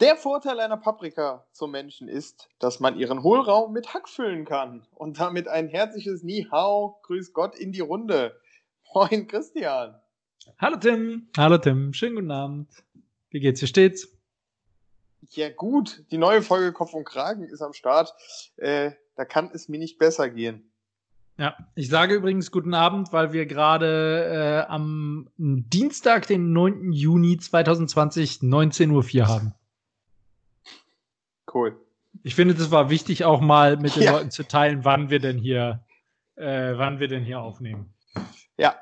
Der Vorteil einer Paprika zum Menschen ist, dass man ihren Hohlraum mit Hack füllen kann. Und damit ein herzliches Ni Hao, grüß Gott in die Runde. Moin Christian. Hallo Tim. Hallo Tim. Schönen guten Abend. Wie geht's? Wie steht's? Ja gut, die neue Folge Kopf und Kragen ist am Start. Da kann es mir nicht besser gehen. Ja, ich sage übrigens guten Abend, weil wir gerade am Dienstag, den 9. Juni 2020, 19:04 Uhr haben. Cool. Ich finde, das war wichtig, auch mal mit den Leuten zu teilen, wann wir denn hier aufnehmen. Ja,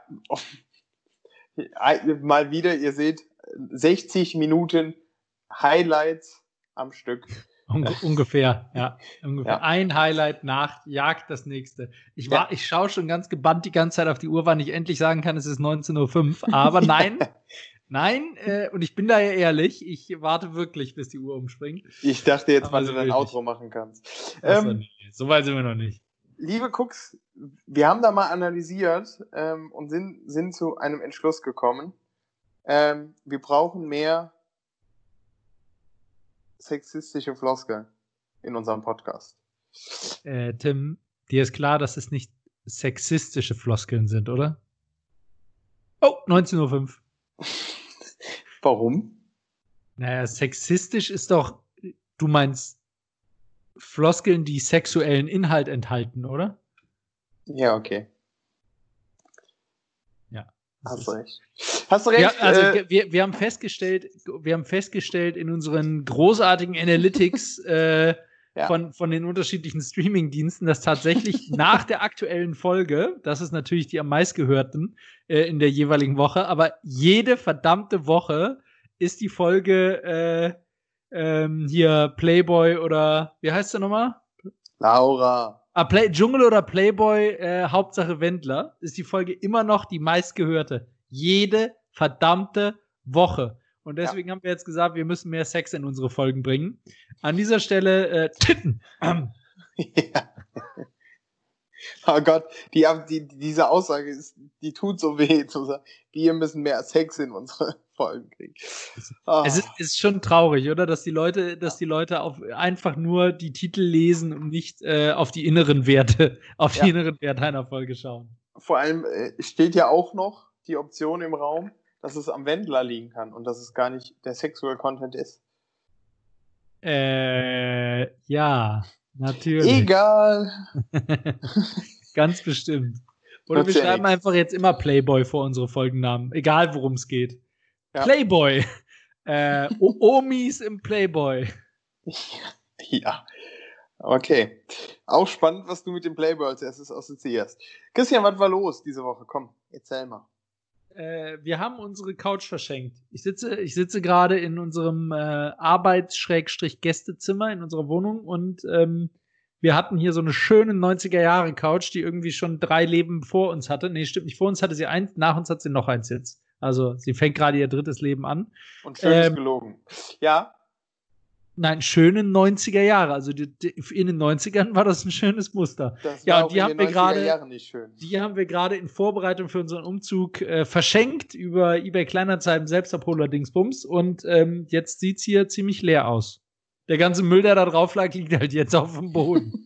mal wieder, ihr seht, 60 Minuten Highlights am Stück. Ungefähr, ja. Ungefähr. Ja. Ein Highlight jagt das nächste. Ich schaue schon ganz gebannt die ganze Zeit auf die Uhr, wann ich endlich sagen kann, es ist 19:05 Uhr. Aber nein, und ich bin da ja ehrlich, ich warte wirklich, bis die Uhr umspringt. Ich dachte jetzt, wann du dein Outro machen kannst. So weit sind wir noch nicht. Liebe Cooks, wir haben da mal analysiert und sind zu einem Entschluss gekommen. Wir brauchen mehr sexistische Floskeln in unserem Podcast. Tim, dir ist klar, dass es nicht sexistische Floskeln sind, oder? Oh, 19:05 Uhr. Warum? Naja, sexistisch ist doch, du meinst Floskeln, die sexuellen Inhalt enthalten, oder? Ja, okay. Ja. Hast recht. Ja, also wir haben festgestellt in unseren großartigen Analytics von den unterschiedlichen Streaming-Diensten, dass tatsächlich nach der aktuellen Folge, das ist natürlich die am meistgehörten in der jeweiligen Woche, aber jede verdammte Woche ist die Folge hier Playboy oder wie heißt der nochmal? Laura. Dschungel oder Playboy, Hauptsache Wendler, ist die Folge immer noch die meistgehörte. Jede verdammte Woche. Und deswegen haben wir jetzt gesagt, wir müssen mehr Sex in unsere Folgen bringen. An dieser Stelle Titten. Ja. Oh Gott, diese Aussage die tut so weh, zu sagen, wir müssen mehr Sex in unsere Folgen kriegen. Oh. Es ist schon traurig, oder? Dass die Leute einfach nur die Titel lesen und nicht auf die inneren Werte, die inneren Werte einer Folge schauen. Vor allem steht ja auch noch die Option im Raum, dass es am Wendler liegen kann und dass es gar nicht der Sexual Content ist. Ja, natürlich. Egal. Ganz bestimmt. Oder wir schreiben einfach jetzt immer Playboy vor unsere Folgennamen, egal worum es geht. Ja. Playboy. Omis im Playboy. Ja. Okay. Auch spannend, was du mit dem Playboy als erstes assoziierst. Christian, was war los diese Woche? Komm, erzähl mal. Wir haben unsere Couch verschenkt. Ich sitze gerade in unserem Arbeits-Gästezimmer in unserer Wohnung und wir hatten hier so eine schöne 90er-Jahre-Couch, die irgendwie schon 3 Leben vor uns hatte. Nee, stimmt nicht. Vor uns hatte sie eins, nach uns hat sie noch eins jetzt. Also sie fängt gerade ihr 3. Leben an. Und schön ist gelogen. Ja. Nein, schöne 90er Jahre. Also in den 90ern war das ein schönes Muster. Das war auch die haben wir gerade nicht schön. Die haben wir gerade in Vorbereitung für unseren Umzug verschenkt über eBay Kleinanzeigen, Selbstabholer Dingsbums. Und jetzt sieht's hier ziemlich leer aus. Der ganze Müll, der da drauf lag, liegt halt jetzt auf dem Boden.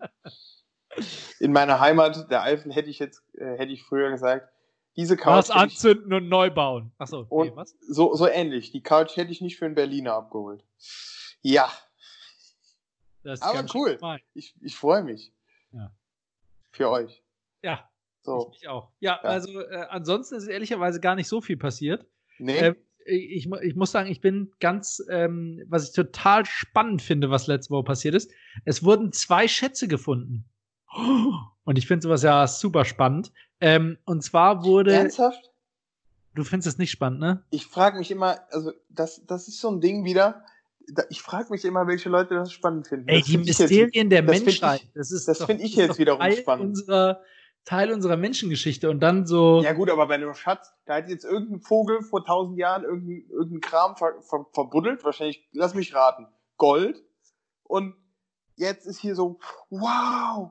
In meiner Heimat, der Eifel, hätte ich früher gesagt, diese Couch. Was anzünden und neu bauen. Achso, nee, was? So ähnlich. Die Couch hätte ich nicht für einen Berliner abgeholt. Ja. Das ist aber cool. Ich freue mich. Ja. Für euch. Ja. So. Ich auch. Ja, also ansonsten ist ehrlicherweise gar nicht so viel passiert. Nee. Ich muss sagen, ich bin ganz, was ich total spannend finde, was letzte Woche passiert ist. Es wurden 2 Schätze gefunden. Und ich finde sowas ja super spannend. Und zwar wurde. Ernsthaft? Du findest es nicht spannend, ne? Ich frage mich immer, also das ist so ein Ding wieder. Ich frage mich immer, welche Leute das spannend finden. Ey, die Mysterien der Menschheit. Das finde ich jetzt wiederum spannend. Teil unserer Menschengeschichte und dann so. Ja gut, aber bei einem Schatz, da hat jetzt irgendein Vogel vor 1000 Jahren irgendein Kram verbuddelt, wahrscheinlich, lass mich raten, Gold. Und jetzt ist hier so, wow.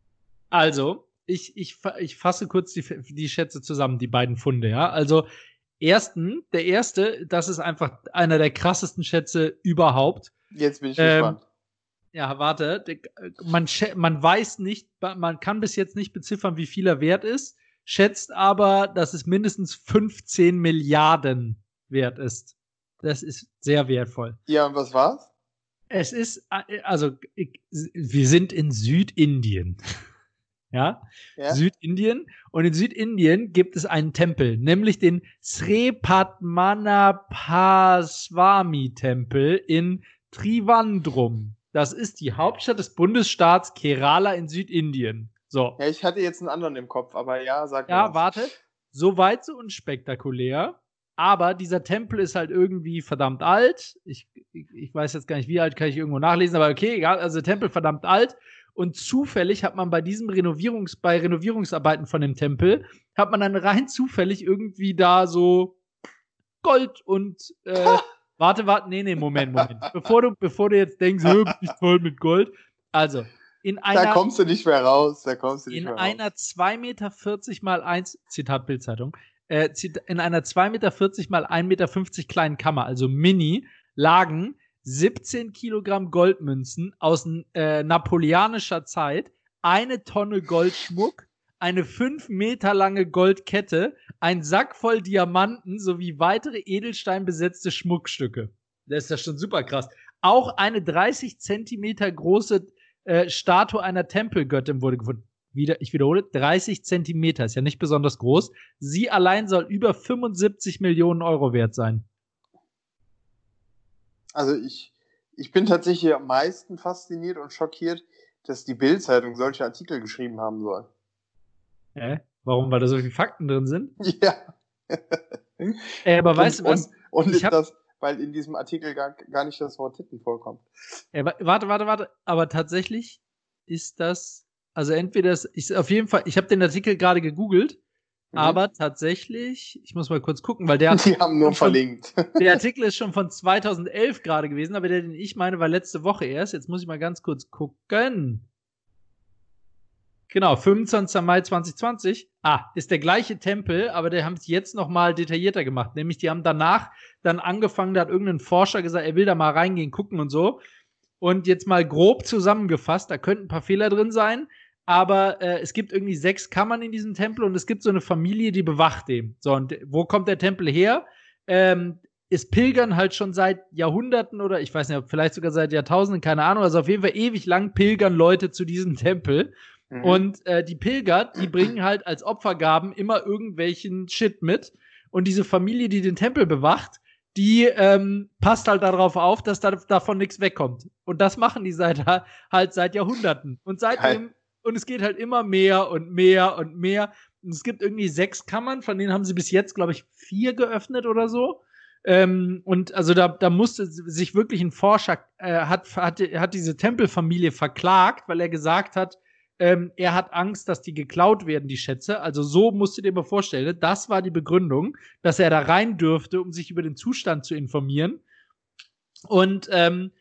Also, ich fasse kurz die Schätze zusammen, die beiden Funde, ja. Also, Der erste, das ist einfach einer der krassesten Schätze überhaupt. Jetzt bin ich gespannt. Ja, warte. Man weiß nicht, man kann bis jetzt nicht beziffern, wie viel er wert ist, schätzt aber, dass es mindestens 15 Milliarden wert ist. Das ist sehr wertvoll. Ja, und was war's? Es ist, also, wir sind in Südindien. Ja? Südindien. Und in Südindien gibt es einen Tempel, nämlich den Sri Padmanabhaswamy-Tempel in Trivandrum. Das ist die Hauptstadt des Bundesstaats Kerala in Südindien. So. Ja, ich hatte jetzt einen anderen im Kopf, aber sag mal. Ja, warte. So weit, so unspektakulär. Aber dieser Tempel ist halt irgendwie verdammt alt. Ich weiß jetzt gar nicht, wie alt, kann ich irgendwo nachlesen, aber okay, egal. Also der Tempel verdammt alt. Und zufällig hat man bei diesem Renovierungsarbeiten von dem Tempel, hat man dann rein zufällig irgendwie da so Gold und warte, Moment. Bevor du jetzt denkst, bin ich toll mit Gold. Also, da kommst du nicht mehr raus. In einer 2,40 Meter mal 1, Zitat Bild-Zeitung, in einer 2,40 Meter mal 1,50 Meter kleinen Kammer, also Mini, lagen 17 Kilogramm Goldmünzen aus napoleonischer Zeit, 1 Tonne Goldschmuck, eine 5 Meter lange Goldkette, ein Sack voll Diamanten sowie weitere edelsteinbesetzte Schmuckstücke. Das ist ja schon super krass. Auch eine 30 Zentimeter große Statue einer Tempelgöttin wurde gefunden. Ich wiederhole, 30 Zentimeter, ist ja nicht besonders groß. Sie allein soll über 75 Millionen Euro wert sein. Also ich bin tatsächlich am meisten fasziniert und schockiert, dass die Bild-Zeitung solche Artikel geschrieben haben soll. Warum? Weil da so viele Fakten drin sind? Ja. Aber weißt du was? Und ist das, weil in diesem Artikel gar nicht das Wort Titten vorkommt. Warte. Aber tatsächlich ist das, also entweder auf jeden Fall, ich habe den Artikel gerade gegoogelt, aber tatsächlich, ich muss mal kurz gucken, weil die haben nur verlinkt. Der Artikel ist schon von 2011 gerade gewesen, aber der, den ich meine, war letzte Woche erst. Jetzt muss ich mal ganz kurz gucken. Genau, 25. Mai 2020. Ist der gleiche Tempel, aber der haben es jetzt noch mal detaillierter gemacht. Nämlich, die haben danach dann angefangen, da hat irgendein Forscher gesagt, er will da mal reingehen, gucken und so. Und jetzt mal grob zusammengefasst, da könnten ein paar Fehler drin sein, aber es gibt irgendwie 6 Kammern in diesem Tempel und es gibt so eine Familie, die bewacht den. So, und wo kommt der Tempel her? Es pilgern halt schon seit Jahrhunderten oder ich weiß nicht, vielleicht sogar seit Jahrtausenden, keine Ahnung, also auf jeden Fall ewig lang pilgern Leute zu diesem Tempel. Und die Pilger, die bringen halt als Opfergaben immer irgendwelchen Shit mit. Und diese Familie, die den Tempel bewacht, die passt halt darauf auf, dass davon nichts wegkommt. Und das machen die seit Jahrhunderten. Und seitdem, und es geht halt immer mehr und mehr und mehr. Und es gibt irgendwie 6 Kammern, von denen haben sie bis jetzt, glaube ich, 4 geöffnet oder so. Und also da musste sich wirklich ein Forscher, hat diese Tempelfamilie verklagt, weil er gesagt hat, er hat Angst, dass die geklaut werden, die Schätze. Also so musst du dir mal vorstellen, das war die Begründung, dass er da rein dürfte, um sich über den Zustand zu informieren. Und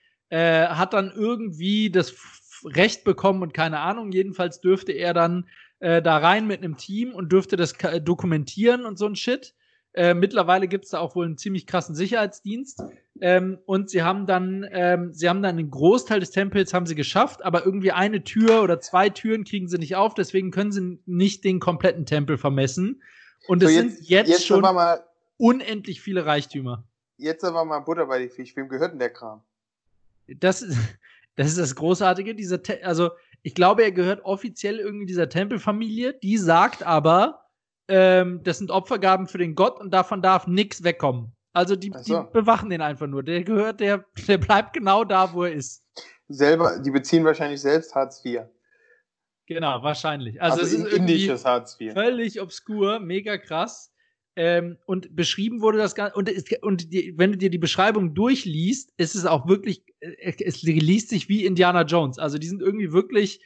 hat dann irgendwie das Recht bekommen und keine Ahnung. Jedenfalls dürfte er dann da rein mit einem Team und dürfte das dokumentieren und so ein Shit. Mittlerweile gibt's da auch wohl einen ziemlich krassen Sicherheitsdienst. Und sie haben dann einen Großteil des Tempels haben sie geschafft, aber irgendwie eine Tür oder 2 Türen kriegen sie nicht auf, deswegen können sie nicht den kompletten Tempel vermessen. Und es sind jetzt schon unendlich viele Reichtümer. Jetzt aber mal Butter bei die Fisch. Wem gehört denn der Kram? Das ist das Großartige. Also ich glaube, er gehört offiziell irgendwie dieser Tempelfamilie. Die sagt aber, das sind Opfergaben für den Gott und davon darf nichts wegkommen. Also die bewachen den einfach nur. Der bleibt genau da, wo er ist. Die beziehen wahrscheinlich selbst Hartz IV. Genau, wahrscheinlich. Also es ist indisches Hartz IV. Völlig obskur, mega krass. Und beschrieben wurde das Ganze. Wenn du dir die Beschreibung durchliest, ist es auch wirklich, es liest sich wie Indiana Jones. Also die sind irgendwie wirklich,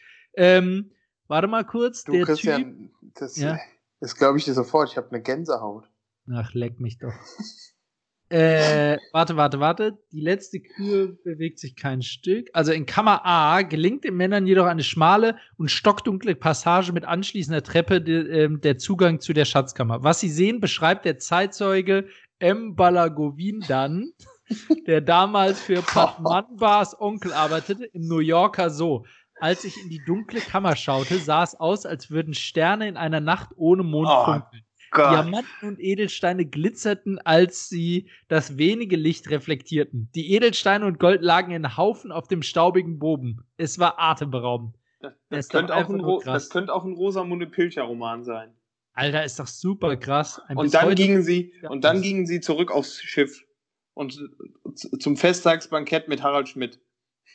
warte mal kurz. Du, Christian, das glaube ich dir sofort. Ich habe eine Gänsehaut. Ach, leck mich doch. Warte. Die letzte Kür bewegt sich kein Stück. Also in Kammer A gelingt den Männern jedoch eine schmale und stockdunkle Passage mit anschließender Treppe der Zugang zu der Schatzkammer. Was sie sehen, beschreibt der Zeitzeuge M. Balagovindan, der damals für Padmanabhs Onkel arbeitete, im New Yorker so. Als ich in die dunkle Kammer schaute, sah es aus, als würden Sterne in einer Nacht ohne Mond funkeln. Diamanten und Edelsteine glitzerten, als sie das wenige Licht reflektierten. Die Edelsteine und Gold lagen in Haufen auf dem staubigen Boden. Es war atemberaubend. Das könnte auch ein Rosamunde Pilcher-Roman sein. Alter, ist doch super krass. Und dann gingen sie zurück aufs Schiff und zum Festtagsbankett mit Harald Schmidt.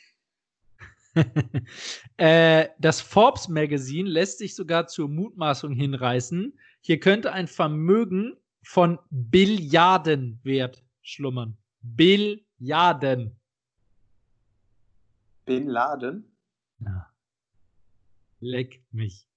Das Forbes Magazine lässt sich sogar zur Mutmaßung hinreißen, hier könnte ein Vermögen von Billiarden wert schlummern. Billiarden. Bin Laden? Ja. Leck mich.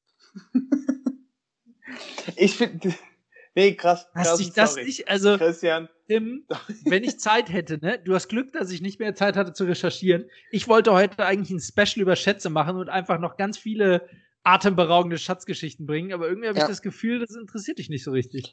Ich finde. Nee, krass. Hast dich das nicht? Also, Christian. Tim, wenn ich Zeit hätte, ne? Du hast Glück, dass ich nicht mehr Zeit hatte zu recherchieren. Ich wollte heute eigentlich ein Special über Schätze machen und einfach noch ganz viele atemberaubende Schatzgeschichten bringen, aber irgendwie habe ich das Gefühl, das interessiert dich nicht so richtig.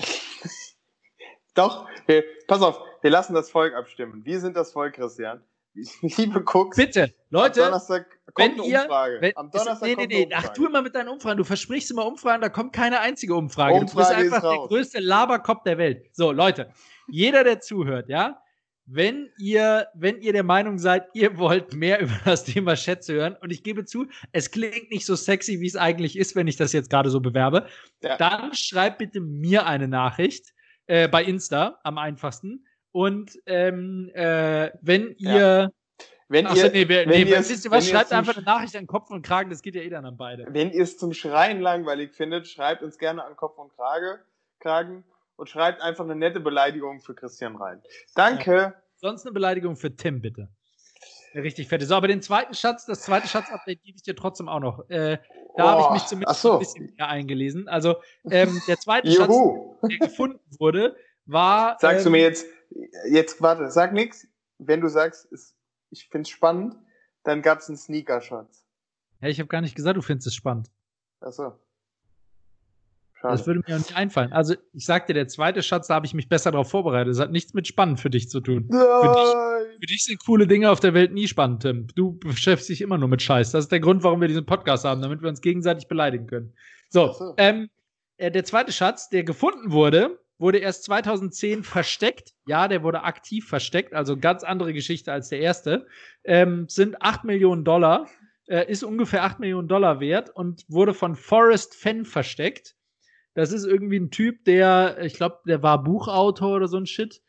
Doch, pass auf, wir lassen das Volk abstimmen. Wir sind das Volk, Christian. Liebe Cooks. Bitte, Leute, am Donnerstag kommt eine Umfrage. Am Donnerstag kommt eine Umfrage. Ach, tu immer mit deinen Umfragen. Du versprichst immer Umfragen, da kommt keine einzige Umfrage. Du bist einfach der größte Laberkopf der Welt. So, Leute, jeder, der zuhört, ja, wenn ihr der Meinung seid, ihr wollt mehr über das Thema Schätze hören, und ich gebe zu, es klingt nicht so sexy, wie es eigentlich ist, wenn ich das jetzt gerade so bewerbe, dann schreibt bitte mir eine Nachricht bei Insta, am einfachsten. Und wenn ihr schreibt einfach eine Nachricht an Kopf und Kragen, das geht ja eh dann an beide. Wenn ihr es zum Schreien langweilig findet, schreibt uns gerne an Kopf und Kragen und schreibt einfach eine nette Beleidigung für Christian rein. Danke. Ja. Sonst eine Beleidigung für Tim, bitte. Richtig fette. So, aber das zweite Schatzupdate gebe ich dir trotzdem auch noch. Da habe ich mich zumindest ein bisschen mehr eingelesen. Also, der zweite Schatz, der gefunden wurde, war. Sagst du mir jetzt warte, sag nichts. Wenn du sagst, ich finde es spannend, dann gab es einen Sneaker-Schatz. Ja, ich habe gar nicht gesagt, du findest es spannend. Achso. Schade. Das würde mir auch nicht einfallen. Also, ich sagte, der zweite Schatz, da habe ich mich besser darauf vorbereitet. Das hat nichts mit spannend für dich zu tun. Für dich sind coole Dinge auf der Welt nie spannend, Tim. Du beschäftigst dich immer nur mit Scheiß. Das ist der Grund, warum wir diesen Podcast haben, damit wir uns gegenseitig beleidigen können. So, der zweite Schatz, der gefunden wurde erst 2010 versteckt. Ja, der wurde aktiv versteckt, also ganz andere Geschichte als der erste. Sind $8 Millionen, ist ungefähr $8 Millionen wert und wurde von Forrest Fenn versteckt. Das ist irgendwie ein Typ, ich glaube, der war Buchautor oder so ein Shit.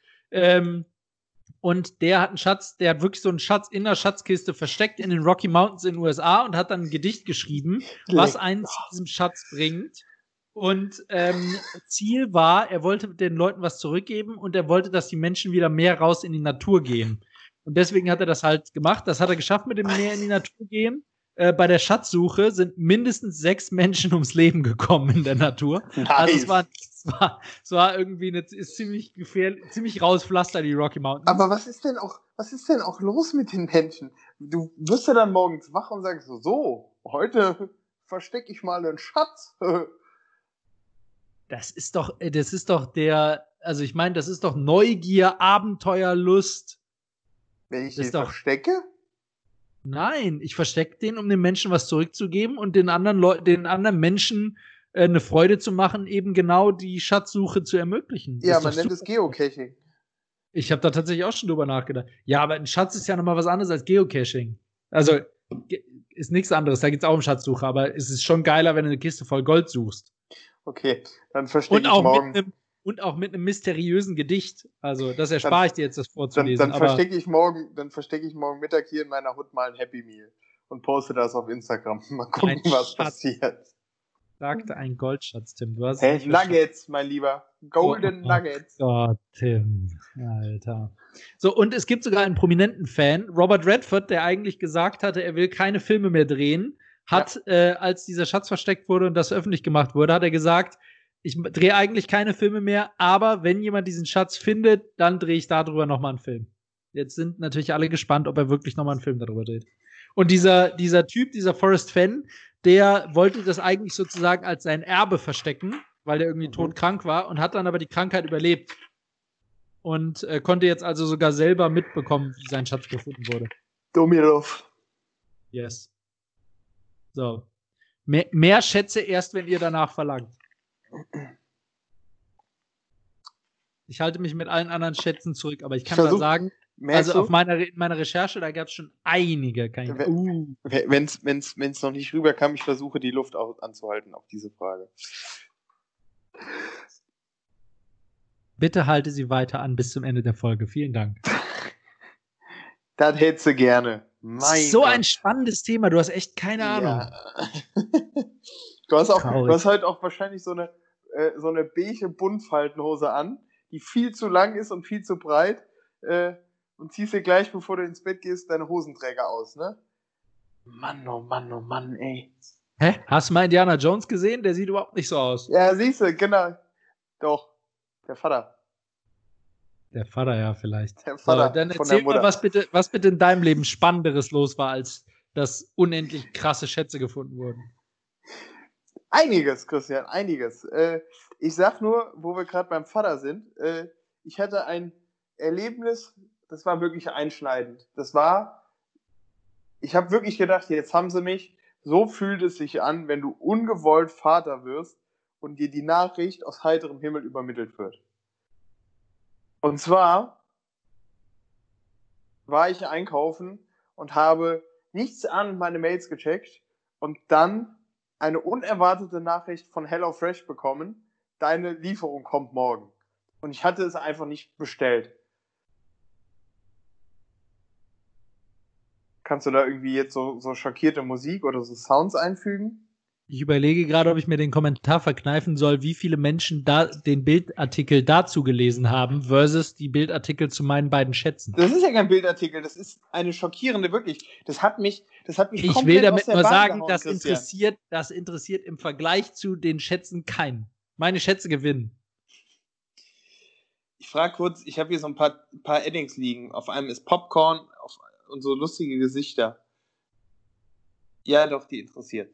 Und der hat einen Schatz, der hat wirklich so einen Schatz in der Schatzkiste versteckt in den Rocky Mountains in den USA und hat dann ein Gedicht geschrieben, was einen zu diesem Schatz bringt. Und Ziel war, er wollte den Leuten was zurückgeben und er wollte, dass die Menschen wieder mehr raus in die Natur gehen. Und deswegen hat er das halt gemacht. Das hat er geschafft mit dem mehr in die Natur gehen. Bei der Schatzsuche sind mindestens 6 Menschen ums Leben gekommen in der Natur. Nice. Also es war irgendwie ist ziemlich gefährlich, ziemlich raues Pflaster, die Rocky Mountains. Aber was ist denn auch los mit den Menschen? Du wirst ja dann morgens wach und sagst so, heute verstecke ich mal einen Schatz. Das ist doch also ich meine, das ist doch Neugier, Abenteuerlust. Wenn ich den verstecke? Nein, ich verstecke den, um den Menschen was zurückzugeben und den anderen Menschen eine Freude zu machen, eben genau die Schatzsuche zu ermöglichen. Ja, man nennt es Geocaching. Ich habe da tatsächlich auch schon drüber nachgedacht. Ja, aber ein Schatz ist ja nochmal was anderes als Geocaching. Also, ist nichts anderes, da geht's auch um Schatzsuche, aber es ist schon geiler, wenn du eine Kiste voll Gold suchst. Okay, dann verstecke ich morgen. Und auch mit einem mysteriösen Gedicht. Also, das erspare ich dir jetzt, das vorzulesen. Dann verstecke ich morgen Mittag hier in meiner Hut mal ein Happy Meal und poste das auf Instagram. Mal gucken, was passiert. Sagte ein Goldschatz, Tim. Du hast Nuggets, mein Lieber. Golden Nuggets. Gott, Tim. Alter. So, und es gibt sogar einen prominenten Fan, Robert Redford, der eigentlich gesagt hatte, er will keine Filme mehr drehen, hat, als dieser Schatz versteckt wurde und das öffentlich gemacht wurde, hat er gesagt, Ich drehe eigentlich keine Filme mehr, aber wenn jemand diesen Schatz findet, dann drehe ich darüber nochmal einen Film. Jetzt sind natürlich alle gespannt, ob er wirklich nochmal einen Film darüber dreht. Und dieser Typ, dieser Forrest Fenn, der wollte das eigentlich sozusagen als sein Erbe verstecken, weil der irgendwie todkrank war und hat dann aber die Krankheit überlebt. Und konnte jetzt also sogar selber mitbekommen, wie sein Schatz gefunden wurde. Domilov. Yes. So. Mehr Schätze erst, wenn ihr danach verlangt. Ich halte mich mit allen anderen Schätzen zurück, aber ich kann mal sagen, also auf meiner Recherche, da gab es schon einige. Wenn es noch nicht rüberkam, ich versuche die Luft anzuhalten auf diese Frage. Bitte halte sie weiter an bis zum Ende der Folge. Vielen Dank. Das hättest du gerne. So ein spannendes Thema. Du hast echt keine Ahnung. Du hast halt auch wahrscheinlich so eine beige Buntfaltenhose an, die viel zu lang ist und viel zu breit. Und ziehst dir gleich, bevor du ins Bett gehst, deine Hosenträger aus, ne? Mann, oh Mann, oh Mann, ey. Hä? Hast du mal Indiana Jones gesehen? Der sieht überhaupt nicht so aus. Ja, siehst du, genau. Doch. Der Vater. Der Vater, ja, vielleicht. Der Vater so, dann erzähl mal, was bitte in deinem Leben Spannenderes los war, als dass unendlich krasse Schätze gefunden wurden. Einiges, Christian, einiges. Ich sag nur, wo wir gerade beim Vater sind, ich hatte ein Erlebnis, das war wirklich einschneidend. Ich habe wirklich gedacht, jetzt haben sie mich, so fühlt es sich an, wenn du ungewollt Vater wirst und dir die Nachricht aus heiterem Himmel übermittelt wird. Und zwar war ich einkaufen und habe nichts an meine Mails gecheckt und dann eine unerwartete Nachricht von HelloFresh bekommen, deine Lieferung kommt morgen. Und ich hatte es einfach nicht bestellt. Kannst du da irgendwie jetzt so schockierte Musik oder so Sounds einfügen? Ich überlege gerade, ob ich mir den Kommentar verkneifen soll, wie viele Menschen da den Bildartikel dazu gelesen haben, versus die Bildartikel zu meinen beiden Schätzen. Das ist ja kein Bildartikel, das ist eine schockierende, wirklich. Das hat mich komplett Ich will damit aus der nur Bahn sagen, gehauen, das interessiert im Vergleich zu den Schätzen keinen. Meine Schätze gewinnen. Ich frage kurz, ich habe hier so ein paar Eddings liegen. Auf einem ist Popcorn und so lustige Gesichter. Ja, doch, die interessiert.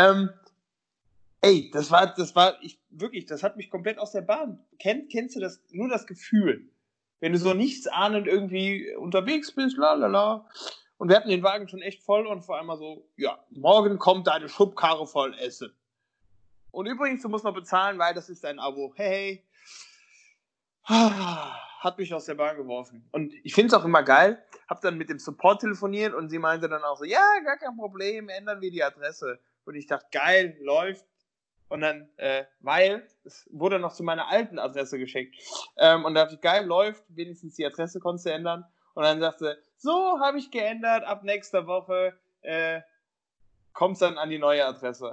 Ey, das hat mich komplett aus der Bahn. Kennst du das? Nur das Gefühl. Wenn du so nichts ahnend irgendwie unterwegs bist, lalala. Und wir hatten den Wagen schon echt voll und vor allem so, ja, morgen kommt deine Schubkarre voll Essen. Und übrigens, du musst noch bezahlen, weil das ist ein Abo. Hey. Hat mich aus der Bahn geworfen. Und ich finde es auch immer geil. Hab dann mit dem Support telefoniert und sie meinte dann auch so, ja, gar kein Problem, ändern wir die Adresse. Und ich dachte, geil, läuft. Und dann, weil es wurde noch zu meiner alten Adresse geschickt. Und da dachte ich, geil, läuft, wenigstens die Adresse konntest du ändern. Und dann sagte, so, habe ich geändert, ab nächster Woche kommt's dann an die neue Adresse.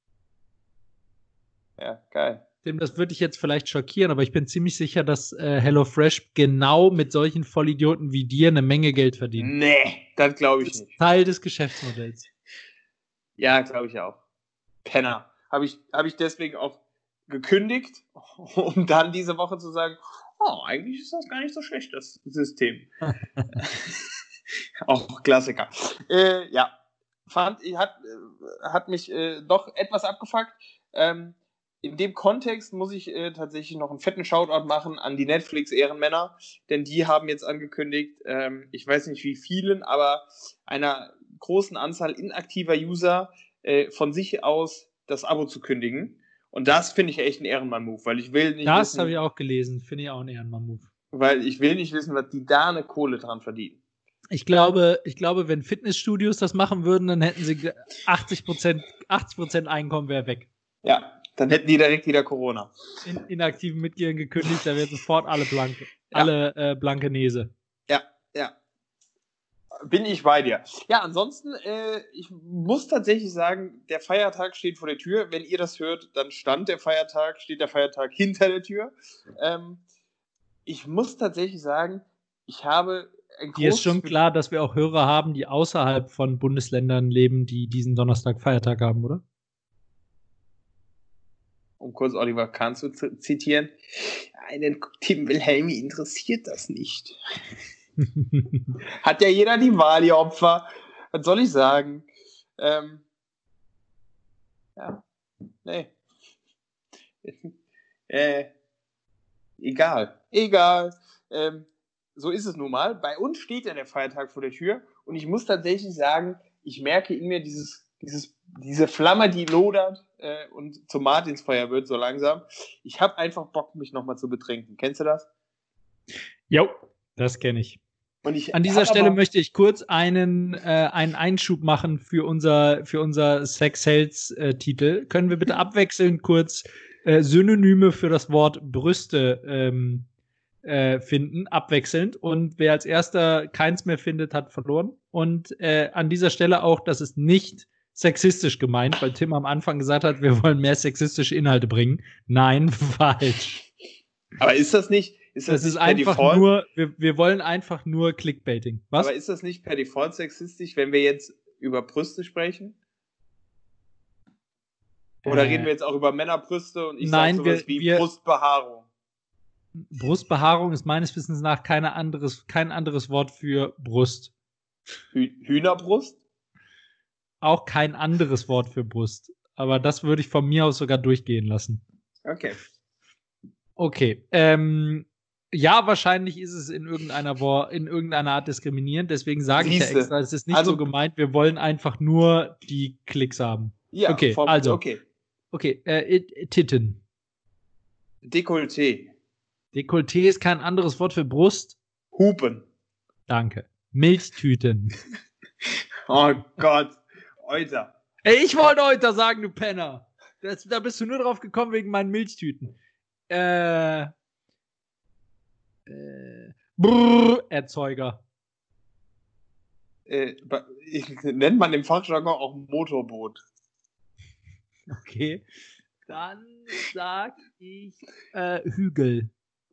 Ja, geil. Das würde ich jetzt vielleicht schockieren, aber ich bin ziemlich sicher, dass HelloFresh genau mit solchen Vollidioten wie dir eine Menge Geld verdient. Nee, das glaube ich nicht. Das ist Teil des Geschäftsmodells. Ja, glaube ich auch. Penner. Habe ich deswegen auch gekündigt, um dann diese Woche zu sagen, oh, eigentlich ist das gar nicht so schlecht, das System. Auch Klassiker. Ja, hat mich doch etwas abgefuckt. In dem Kontext muss ich tatsächlich noch einen fetten Shoutout machen an die Netflix-Ehrenmänner, denn die haben jetzt angekündigt, ich weiß nicht wie vielen, aber einer großen Anzahl inaktiver User von sich aus das Abo zu kündigen. Und das finde ich echt ein Ehrenmann-Move, weil ich will nicht Das habe ich auch gelesen, finde ich auch ein Ehrenmann-Move. Weil ich will nicht wissen, was die da eine Kohle dran verdienen. Ich glaube, wenn Fitnessstudios das machen würden, dann hätten sie 80% Einkommen wäre weg. Ja, dann hätten die direkt wieder Corona. Inaktiven Mitgliedern gekündigt, da wären sofort alle blanke. Ja. Alle blanke Nese. Ja. Bin ich bei dir. Ja, ansonsten, ich muss tatsächlich sagen, der Feiertag steht vor der Tür. Wenn ihr das hört, dann steht der Feiertag hinter der Tür. Ich muss tatsächlich sagen, ich habe Dir ist schon klar, dass wir auch Hörer haben, die außerhalb von Bundesländern leben, die diesen Donnerstag Feiertag haben, oder? um kurz Oliver Kahn zu zitieren, einen Tim Wilhelmi interessiert das nicht. Hat ja jeder die Wahl, ihr Opfer. Was soll ich sagen? Ja, nee. Egal. So ist es nun mal. Bei uns steht ja der Feiertag vor der Tür und ich muss tatsächlich sagen, ich merke in mir diese Flamme, die lodert und zum Martinsfeuer wird so langsam. Ich habe einfach Bock, mich nochmal zu betrinken. Kennst du das? Jo, das kenne ich. Und an dieser Stelle möchte ich kurz einen Einschub machen für unser Sex Sales Titel. Können wir bitte abwechselnd kurz Synonyme für das Wort Brüste finden, abwechselnd. Und wer als erster keins mehr findet, hat verloren. Und an dieser Stelle auch, das ist nicht sexistisch gemeint, weil Tim am Anfang gesagt hat, wir wollen mehr sexistische Inhalte bringen. Nein, falsch. Aber ist das nicht... Das ist einfach nur, wir wollen einfach nur Clickbaiting. Was? Aber ist das nicht per Default sexistisch, wenn wir jetzt über Brüste sprechen? Oder reden wir jetzt auch über Männerbrüste und ich sage sowas wie Brustbehaarung? Brustbehaarung ist meines Wissens nach kein anderes Wort für Brust. Hühnerbrust? Auch kein anderes Wort für Brust. Aber das würde ich von mir aus sogar durchgehen lassen. Okay. Ja, wahrscheinlich ist es in irgendeiner Art diskriminierend. Deswegen sage ich ja extra, es ist nicht so gemeint, wir wollen einfach nur die Klicks haben. Ja, okay, Titten. Dekolleté. Dekolleté ist kein anderes Wort für Brust. Hupen. Danke. Milchtüten. Oh Gott. Euter. Ey, ich wollte Euter sagen, du Penner. Da bist du nur drauf gekommen wegen meinen Milchtüten. Erzeuger. Nennt man im Fachjargon auch Motorboot. Okay. Dann sag ich Hügel.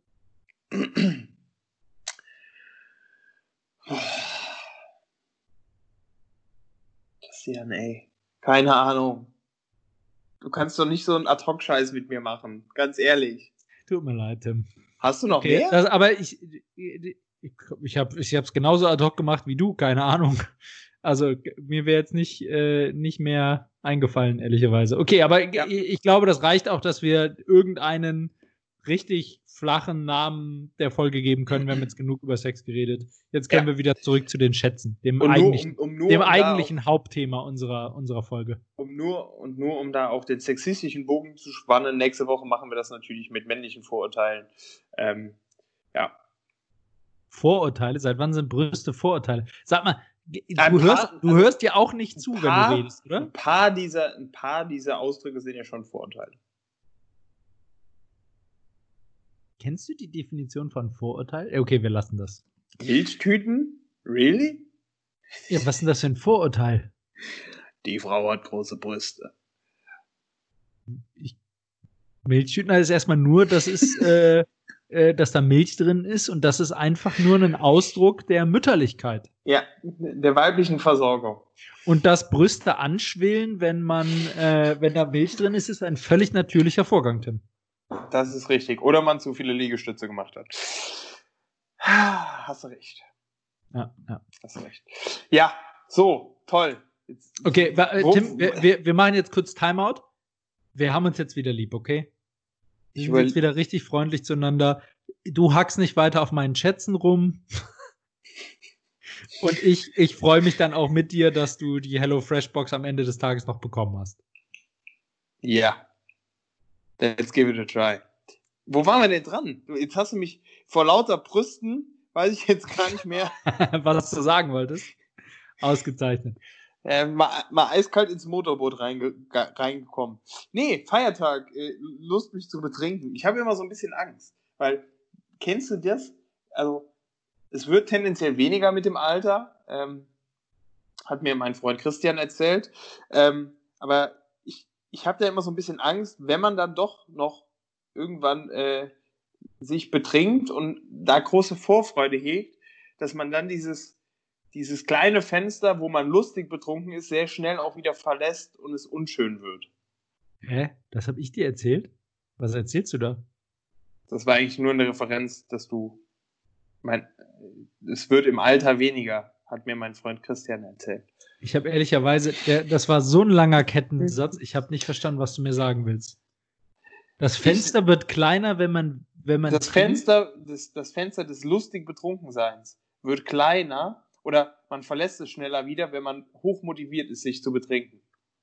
Christian, ey. Keine Ahnung. Du kannst doch nicht so einen Ad-Hoc-Scheiß mit mir machen. Ganz ehrlich. Tut mir leid, Tim. Hast du noch mehr? Aber ich hab's genauso ad hoc gemacht wie du, keine Ahnung. Also mir wäre jetzt nicht mehr eingefallen, ehrlicherweise. Okay, aber ich glaube, das reicht auch, dass wir irgendeinen richtig flachen Namen der Folge geben können. Wir haben jetzt genug über Sex geredet. Jetzt können wir wieder zurück zu den Schätzen, dem eigentlichen Hauptthema unserer Folge. Um da auch den sexistischen Bogen zu spannen, nächste Woche machen wir das natürlich mit männlichen Vorurteilen. Vorurteile? Seit wann sind Brüste Vorurteile? Sag mal, du hörst ja auch nicht zu, wenn du redest, oder? Ein paar dieser Ausdrücke sind ja schon Vorurteile. Kennst du die Definition von Vorurteil? Okay, wir lassen das. Milchtüten? Really? Ja, was ist denn das für ein Vorurteil? Die Frau hat große Brüste. Milchtüten heißt erstmal nur, dass da Milch drin ist und das ist einfach nur ein Ausdruck der Mütterlichkeit. Ja, der weiblichen Versorgung. Und dass Brüste anschwillen, wenn da Milch drin ist, ist ein völlig natürlicher Vorgang, Tim. Das ist richtig. Oder man zu viele Liegestütze gemacht hat. Hast du recht. Ja. Hast du recht. Ja, so, toll. Okay, Tim, wir machen jetzt kurz Timeout. Wir haben uns jetzt wieder lieb, okay? Wir sind jetzt wieder richtig freundlich zueinander. Du hackst nicht weiter auf meinen Schätzen rum. Und ich freue mich dann auch mit dir, dass du die HelloFresh-Box am Ende des Tages noch bekommen hast. Ja. Let's give it a try. Wo waren wir denn dran? Jetzt hast du mich vor lauter Brüsten, weiß ich jetzt gar nicht mehr. Was du sagen wolltest. Ausgezeichnet. Mal eiskalt ins Motorboot reingekommen. Nee, Feiertag, Lust mich zu betrinken. Ich habe immer so ein bisschen Angst, weil, kennst du das? Also, es wird tendenziell weniger mit dem Alter, hat mir mein Freund Christian erzählt, aber ich habe da immer so ein bisschen Angst, wenn man dann doch noch irgendwann sich betrinkt und da große Vorfreude hegt, dass man dann dieses kleine Fenster, wo man lustig betrunken ist, sehr schnell auch wieder verlässt und es unschön wird. Hä? Das habe ich dir erzählt? Was erzählst du da? Das war eigentlich nur eine Referenz, dass es wird im Alter weniger, hat mir mein Freund Christian erzählt. Ich habe ehrlicherweise, das war so ein langer Kettensatz, ich habe nicht verstanden, was du mir sagen willst. Das Fenster wird kleiner, wenn man das Fenster des lustig Betrunkenseins wird kleiner oder man verlässt es schneller wieder, wenn man hochmotiviert ist, sich zu betrinken.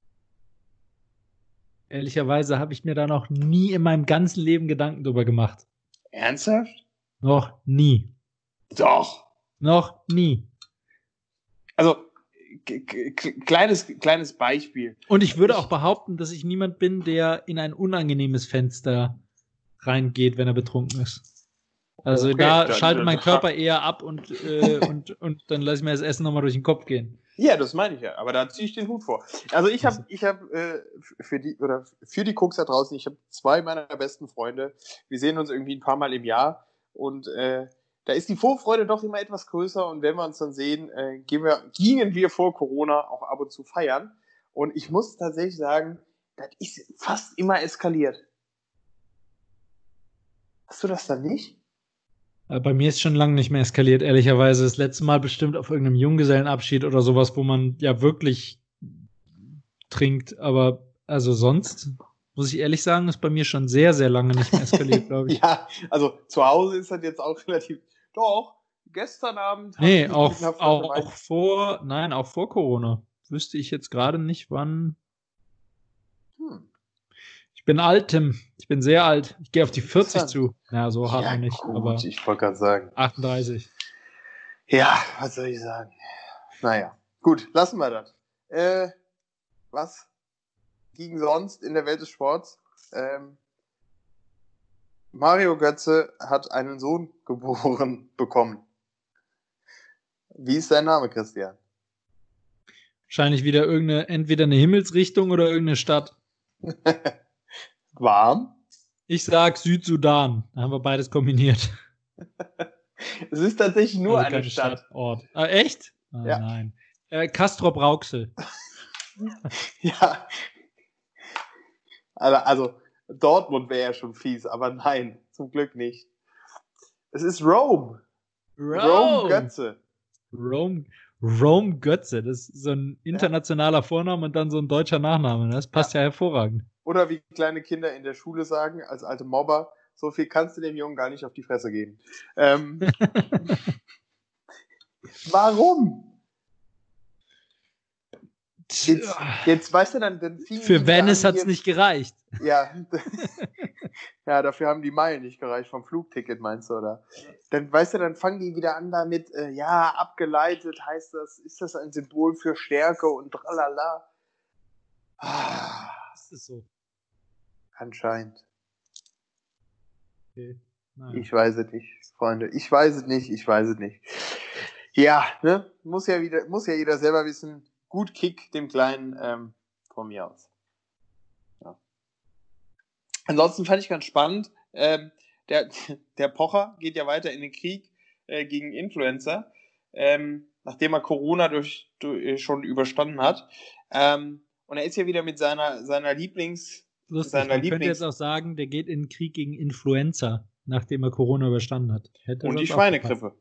Ehrlicherweise habe ich mir da noch nie in meinem ganzen Leben Gedanken drüber gemacht. Ernsthaft? Noch nie. Doch. Noch nie. Also, kleines Beispiel. Und ich würde auch behaupten, dass ich niemand bin, der in ein unangenehmes Fenster reingeht, wenn er betrunken ist. Also okay, da schaltet mein Körper eher ab und dann lasse ich mir das Essen nochmal durch den Kopf gehen. Ja, das meine ich ja, aber da ziehe ich den Hut vor. Also ich habe für die Cooks da draußen, ich habe 2 meiner besten Freunde. Wir sehen uns irgendwie ein paar Mal im Jahr und da ist die Vorfreude doch immer etwas größer und wenn wir uns dann sehen, gingen wir vor Corona auch ab und zu feiern. Und ich muss tatsächlich sagen, das ist fast immer eskaliert. Hast du das dann nicht? Bei mir ist schon lange nicht mehr eskaliert, ehrlicherweise. Das letzte Mal bestimmt auf irgendeinem Junggesellenabschied oder sowas, wo man ja wirklich trinkt. Aber also sonst, muss ich ehrlich sagen, ist bei mir schon sehr, sehr lange nicht mehr eskaliert, glaube ich. Ja, also zu Hause ist das jetzt auch relativ. Doch, gestern Abend. Nee, auch vor Corona. Wüsste ich jetzt gerade nicht, wann. Ich bin alt, Tim. Ich bin sehr alt. Ich gehe auf die 40 zu. Ja, so hart noch nicht. Gut, aber ich wollte gerade sagen. 38. Ja, was soll ich sagen? Naja, gut, lassen wir das. Was ging sonst in der Welt des Sports? Mario Götze hat einen Sohn geboren bekommen. Wie ist sein Name, Christian? Wahrscheinlich wieder entweder eine Himmelsrichtung oder irgendeine Stadt. Warm? Ich sag Südsudan. Da haben wir beides kombiniert. Es ist tatsächlich nur also eine Stadt. Ort. Echt? Ja. Nein. Castrop-Rauxel. Ja. Also Dortmund wäre ja schon fies, aber nein, zum Glück nicht. Es ist Rome. Rome Götze. Rome Götze. Das ist so ein internationaler Vorname und dann so ein deutscher Nachname. Das passt ja hervorragend. Oder wie kleine Kinder in der Schule sagen, als alte Mobber, so viel kannst du dem Jungen gar nicht auf die Fresse geben. Warum? Jetzt weißt du dann für Venice hat es nicht gereicht. Ja. Ja, dafür haben die Meilen nicht gereicht vom Flugticket, meinst du, oder? Dann, weißt du, dann fangen die wieder an damit, abgeleitet heißt das, ist das ein Symbol für Stärke und tralala. Ist es so? Anscheinend. Okay. Ich weiß es nicht, Freunde. Ich weiß es nicht. Ja, ne? Muss ja jeder selber wissen. Gut Kick dem Kleinen von mir aus. Ja. Ansonsten fand ich ganz spannend, der Pocher geht ja weiter in den Krieg gegen Influencer, nachdem er Corona schon überstanden hat. Und er ist ja wieder mit seiner Lieblings... Lustig, man könnte jetzt auch sagen, der geht in den Krieg gegen Influenza, nachdem er Corona überstanden hat. Und die Schweinegrippe.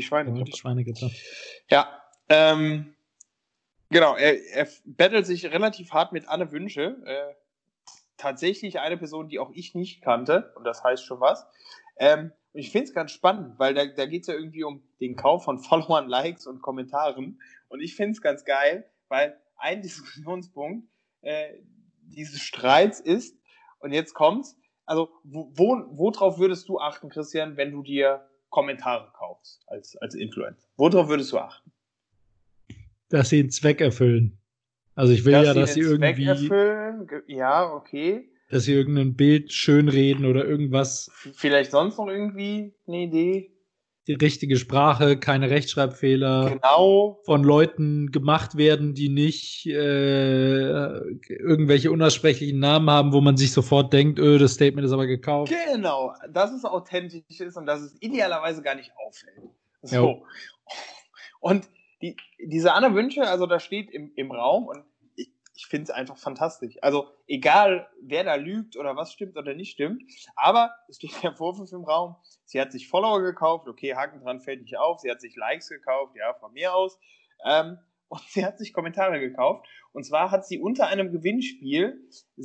Ja, genau, er battelt sich relativ hart mit Anne Wünsche. Tatsächlich eine Person, die auch ich nicht kannte. Und das heißt schon was. Und ich finde es ganz spannend, weil da geht es ja irgendwie um den Kauf von Followern, Likes und Kommentaren. Und ich finde es ganz geil, weil ein Diskussionspunkt dieses Streits ist, und jetzt kommt's, also worauf würdest du achten, Christian, wenn du dir Kommentare kaufst als Influencer? Worauf würdest du achten? Dass sie einen Zweck erfüllen. Also ich will dass sie irgendwie Zweck erfüllen, ja, okay. Dass sie irgendein Bild schönreden oder irgendwas. Vielleicht sonst noch irgendwie eine Idee? Die richtige Sprache, keine Rechtschreibfehler. Genau. Von Leuten gemacht werden, die nicht irgendwelche unaussprechlichen Namen haben, wo man sich sofort denkt, das Statement ist aber gekauft. Genau, dass es authentisch ist und dass es idealerweise gar nicht auffällt. So. Jo. Und diese Anne Wünsche, also da steht im Raum, und ich ich finde es einfach fantastisch. Also egal, wer da lügt oder was stimmt oder nicht stimmt, aber es steht der Vorwurf im Raum, sie hat sich Follower gekauft, okay, Haken dran fällt nicht auf, sie hat sich Likes gekauft, ja, von mir aus, und sie hat sich Kommentare gekauft. Und zwar hat sie unter einem Gewinnspiel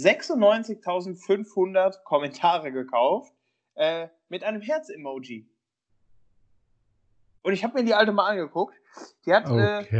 96.500 Kommentare gekauft mit einem Herz-Emoji. Und ich habe mir die alte mal angeguckt. Die hat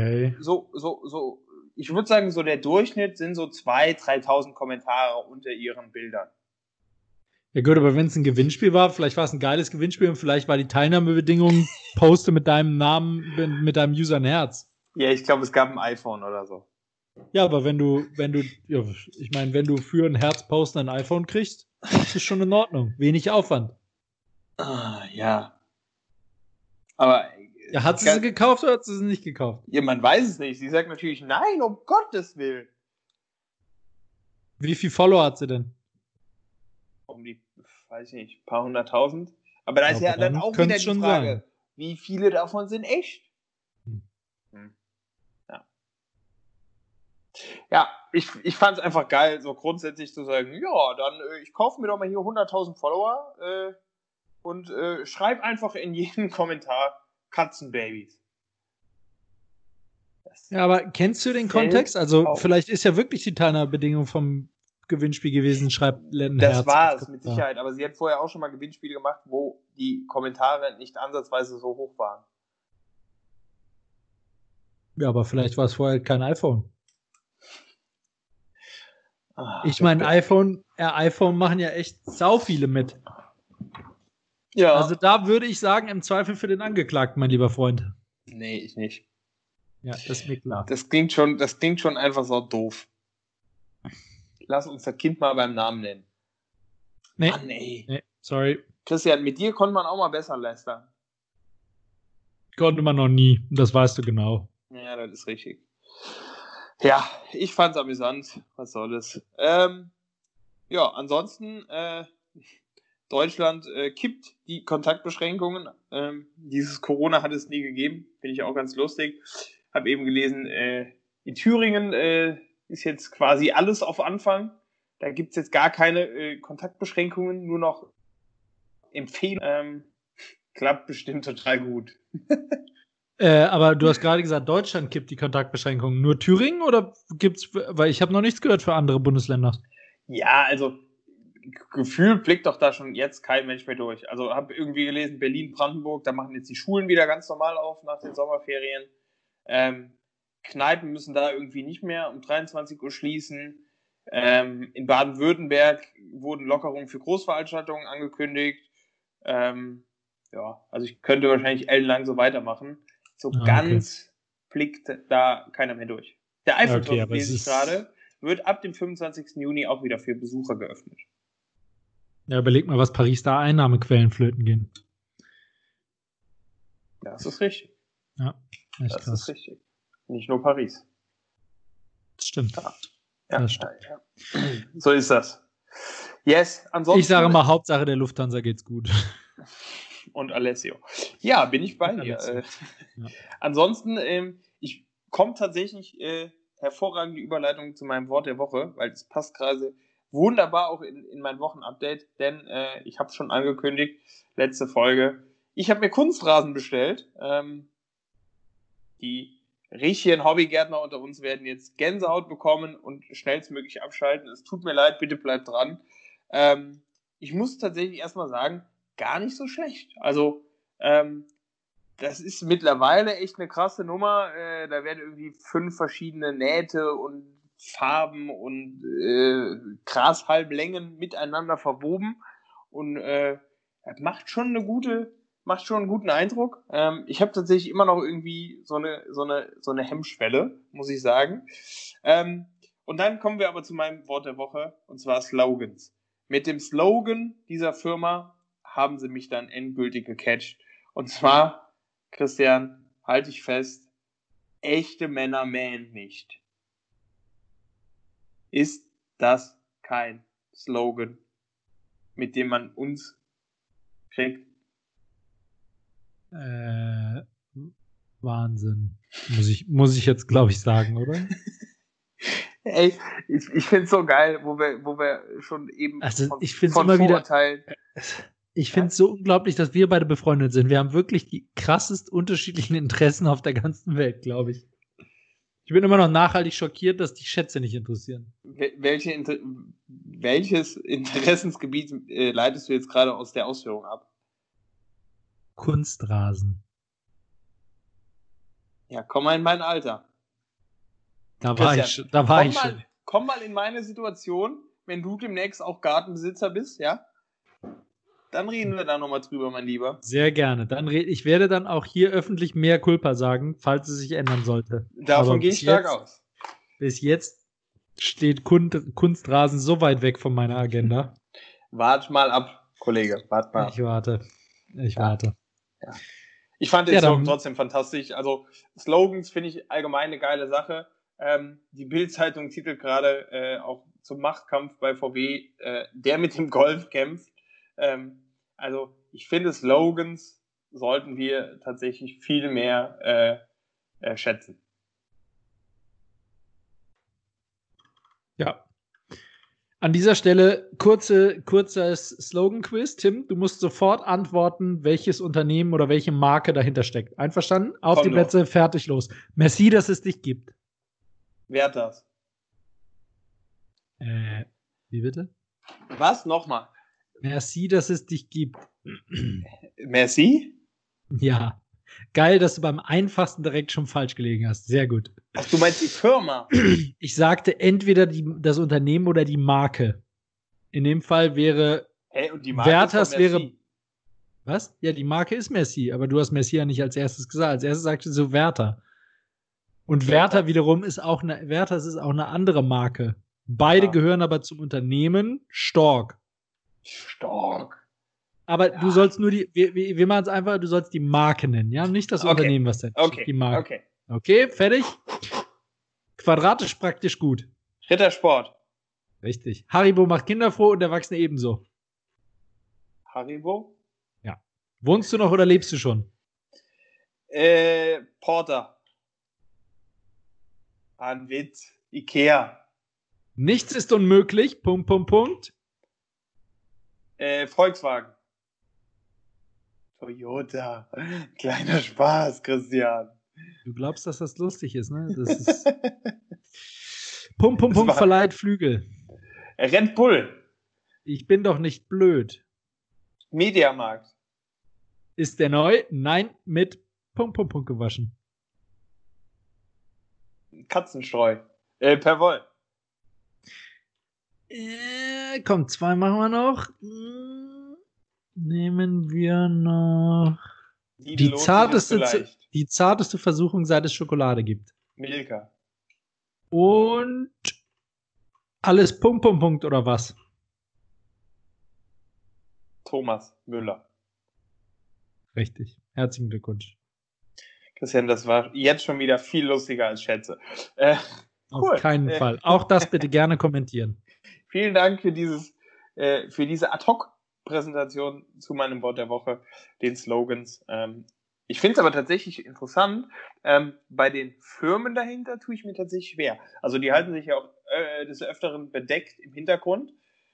ich würde sagen, so der Durchschnitt sind so 2.000, 3.000 Kommentare unter ihren Bildern. Ja gut, aber wenn es ein Gewinnspiel war, vielleicht war es ein geiles Gewinnspiel und vielleicht war die Teilnahmebedingung, poste mit deinem Namen, mit deinem User ein Herz. Ja, ich glaube, es gab ein iPhone oder so. Ja, aber wenn du für ein Herz posten ein iPhone kriegst, ist das schon in Ordnung. Wenig Aufwand. Ja. Aber ja, hat sie gekauft oder hat sie nicht gekauft? Ja, man weiß es nicht. Sie sagt natürlich nein, um Gottes Willen. Wie viel Follower hat sie denn? Um die, weiß ich nicht, paar 100.000. Aber da ist ja dann auch wieder die Frage, wie viele davon sind echt? Ja, ich fand es einfach geil, so grundsätzlich zu sagen, ja, dann ich kaufe mir doch mal hier 100.000 Follower und schreib einfach in jeden Kommentar Katzenbabys. Ja, aber kennst du den Kontext? Also vielleicht ist ja wirklich die Teilnahmebedingung vom Gewinnspiel gewesen, schreibt ein Herz. Das war es mit Sicherheit, aber sie hat vorher auch schon mal Gewinnspiele gemacht, wo die Kommentare nicht ansatzweise so hoch waren. Ja, aber vielleicht war es vorher kein iPhone. Ich meine, iPhone machen ja echt sau viele mit. Ja. Also da würde ich sagen, im Zweifel für den Angeklagten, mein lieber Freund. Nee, ich nicht. Ja, das ist mir klar. Das klingt schon einfach so doof. Lass uns das Kind mal beim Namen nennen. Nee. Mann, ey. Nee, sorry. Christian, mit dir konnte man auch mal besser lästern. Konnte man noch nie. Das weißt du genau. Ja, das ist richtig. Ja, ich fand's amüsant. Was soll es? Ja, ansonsten Deutschland kippt die Kontaktbeschränkungen. Dieses Corona hat es nie gegeben. Finde ich auch ganz lustig. Habe eben gelesen, in Thüringen ist jetzt quasi alles auf Anfang. Da gibt es jetzt gar keine Kontaktbeschränkungen, nur noch Empfehlungen. Klappt bestimmt total gut. Aber du hast gerade gesagt, Deutschland kippt die Kontaktbeschränkungen. Nur Thüringen oder gibt's, weil ich habe noch nichts gehört für andere Bundesländer. Ja, also gefühlt blickt doch da schon jetzt kein Mensch mehr durch. Also habe irgendwie gelesen, Berlin, Brandenburg, da machen jetzt die Schulen wieder ganz normal auf nach den Sommerferien. Kneipen müssen da irgendwie nicht mehr um 23 Uhr schließen. In Baden-Württemberg wurden Lockerungen für Großveranstaltungen angekündigt. Ja, also ich könnte wahrscheinlich ellenlang so weitermachen. So ganz blickt da keiner mehr durch. Der Eiffelturm, lese ich gerade, wird ab dem 25. Juni auch wieder für Besucher geöffnet. Ja, überleg mal, was Paris da Einnahmequellen flöten gehen. Das ist richtig. Ja, echt das krass. Ist richtig. Nicht nur Paris. Das stimmt. Ja, das stimmt. Ja. So ist das. Yes, ansonsten. Ich sage mal, Hauptsache der Lufthansa geht's gut. Und Alessio. Ja, bin ich bei dir. Ja. Ansonsten, ich komme tatsächlich hervorragende Überleitung zu meinem Wort der Woche, weil es passt gerade wunderbar auch in mein Wochenupdate, denn ich habe es schon angekündigt, letzte Folge. Ich habe mir Kunstrasen bestellt. Die richtigen Hobbygärtner unter uns werden jetzt Gänsehaut bekommen und schnellstmöglich abschalten. Es tut mir leid, bitte bleibt dran. Ich muss tatsächlich erstmal sagen, gar nicht so schlecht. Also, das ist mittlerweile echt eine krasse Nummer. Da werden irgendwie 5 verschiedene Nähte und Farben und Grashalblängen miteinander verwoben und macht schon einen guten Eindruck. Ich habe tatsächlich immer noch irgendwie so eine Hemmschwelle, muss ich sagen. Und dann kommen wir aber zu meinem Wort der Woche, und zwar Slogans. Mit dem Slogan dieser Firma haben sie mich dann endgültig gecatcht. Und zwar, Christian, halte ich fest, echte Männer mähen nicht. Ist das kein Slogan, mit dem man uns kriegt? Wahnsinn. Muss ich jetzt, glaube ich, sagen, oder? Ey, ich finde es so geil, wo wir schon eben ich find's immer Vorurteilen. Ich finde es so unglaublich, dass wir beide befreundet sind. Wir haben wirklich die krassest unterschiedlichen Interessen auf der ganzen Welt, glaube ich. Ich bin immer noch nachhaltig schockiert, dass die Schätze nicht interessieren. Welches Interessensgebiet leitest du jetzt gerade aus der Ausführung ab? Kunstrasen. Ja, komm mal in mein Alter. Da war ich schon. Komm mal in meine Situation, wenn du demnächst auch Gartenbesitzer bist, ja? Dann reden wir da nochmal drüber, mein Lieber. Sehr gerne. Ich werde dann auch hier öffentlich mehr Culpa sagen, falls es sich ändern sollte. Davon gehe ich stark aus. Bis jetzt steht Kunstrasen so weit weg von meiner Agenda. Wart mal ab, Kollege. Wart mal ab. Ich warte. Ja. Ich fand den Slogan trotzdem fantastisch. Also Slogans finde ich allgemein eine geile Sache. Die Bild-Zeitung titelt gerade auch zum Machtkampf bei VW, der mit dem Golf kämpft. Also ich finde, Slogans sollten wir tatsächlich viel mehr schätzen. Ja. An dieser Stelle kurzes Slogan-Quiz. Tim, du musst sofort antworten, welches Unternehmen oder welche Marke dahinter steckt. Einverstanden? Auf die Plätze, fertig, los. Merci, dass es dich gibt. Wer hat das? Wie bitte? Was? Nochmal. Merci, dass es dich gibt. Merci? Ja. Geil, dass du beim einfachsten direkt schon falsch gelegen hast. Sehr gut. Ach, du meinst die Firma? Ich sagte entweder das Unternehmen oder die Marke. In dem Fall wäre und die Marke Werthers ist wäre. Was? Ja, die Marke ist Merci, aber du hast Merci ja nicht als erstes gesagt. Als erstes sagte so Werther. Und Werther wiederum ist auch eine andere Marke. Beide gehören aber zum Unternehmen Stork. Aber du sollst nur wir machen es einfach, du sollst die Marke nennen, ja? Nicht das Unternehmen, was da steht. Die Marke. Okay, fertig? Quadratisch praktisch gut. Rittersport. Richtig. Haribo macht Kinder froh und Erwachsene ebenso. Haribo? Ja. Wohnst du noch oder lebst du schon? Porter. Ein Witz. Ikea. Nichts ist unmöglich. Punkt. Volkswagen. Toyota. Kleiner Spaß, Christian. Du glaubst, dass das lustig ist, ne? Das ist Punkt, verleiht Flügel. Red Bull. Ich bin doch nicht blöd. Mediamarkt. Ist der neu? Nein, mit Punkt gewaschen. Katzenstreu. Perwoll. Komm, 2 machen wir noch. Nehmen wir noch die zarteste Versuchung, seit es Schokolade gibt. Milka. Und alles Punkt oder was? Thomas Müller. Richtig. Herzlichen Glückwunsch. Christian, das war jetzt schon wieder viel lustiger als Schätze. Cool. Auf keinen Fall. Auch das bitte gerne kommentieren. Vielen Dank für diese Ad-Hoc-Präsentation zu meinem Wort der Woche, den Slogans. Ich finde es aber tatsächlich interessant, bei den Firmen dahinter tue ich mir tatsächlich schwer. Also die halten sich ja auch des Öfteren bedeckt im Hintergrund.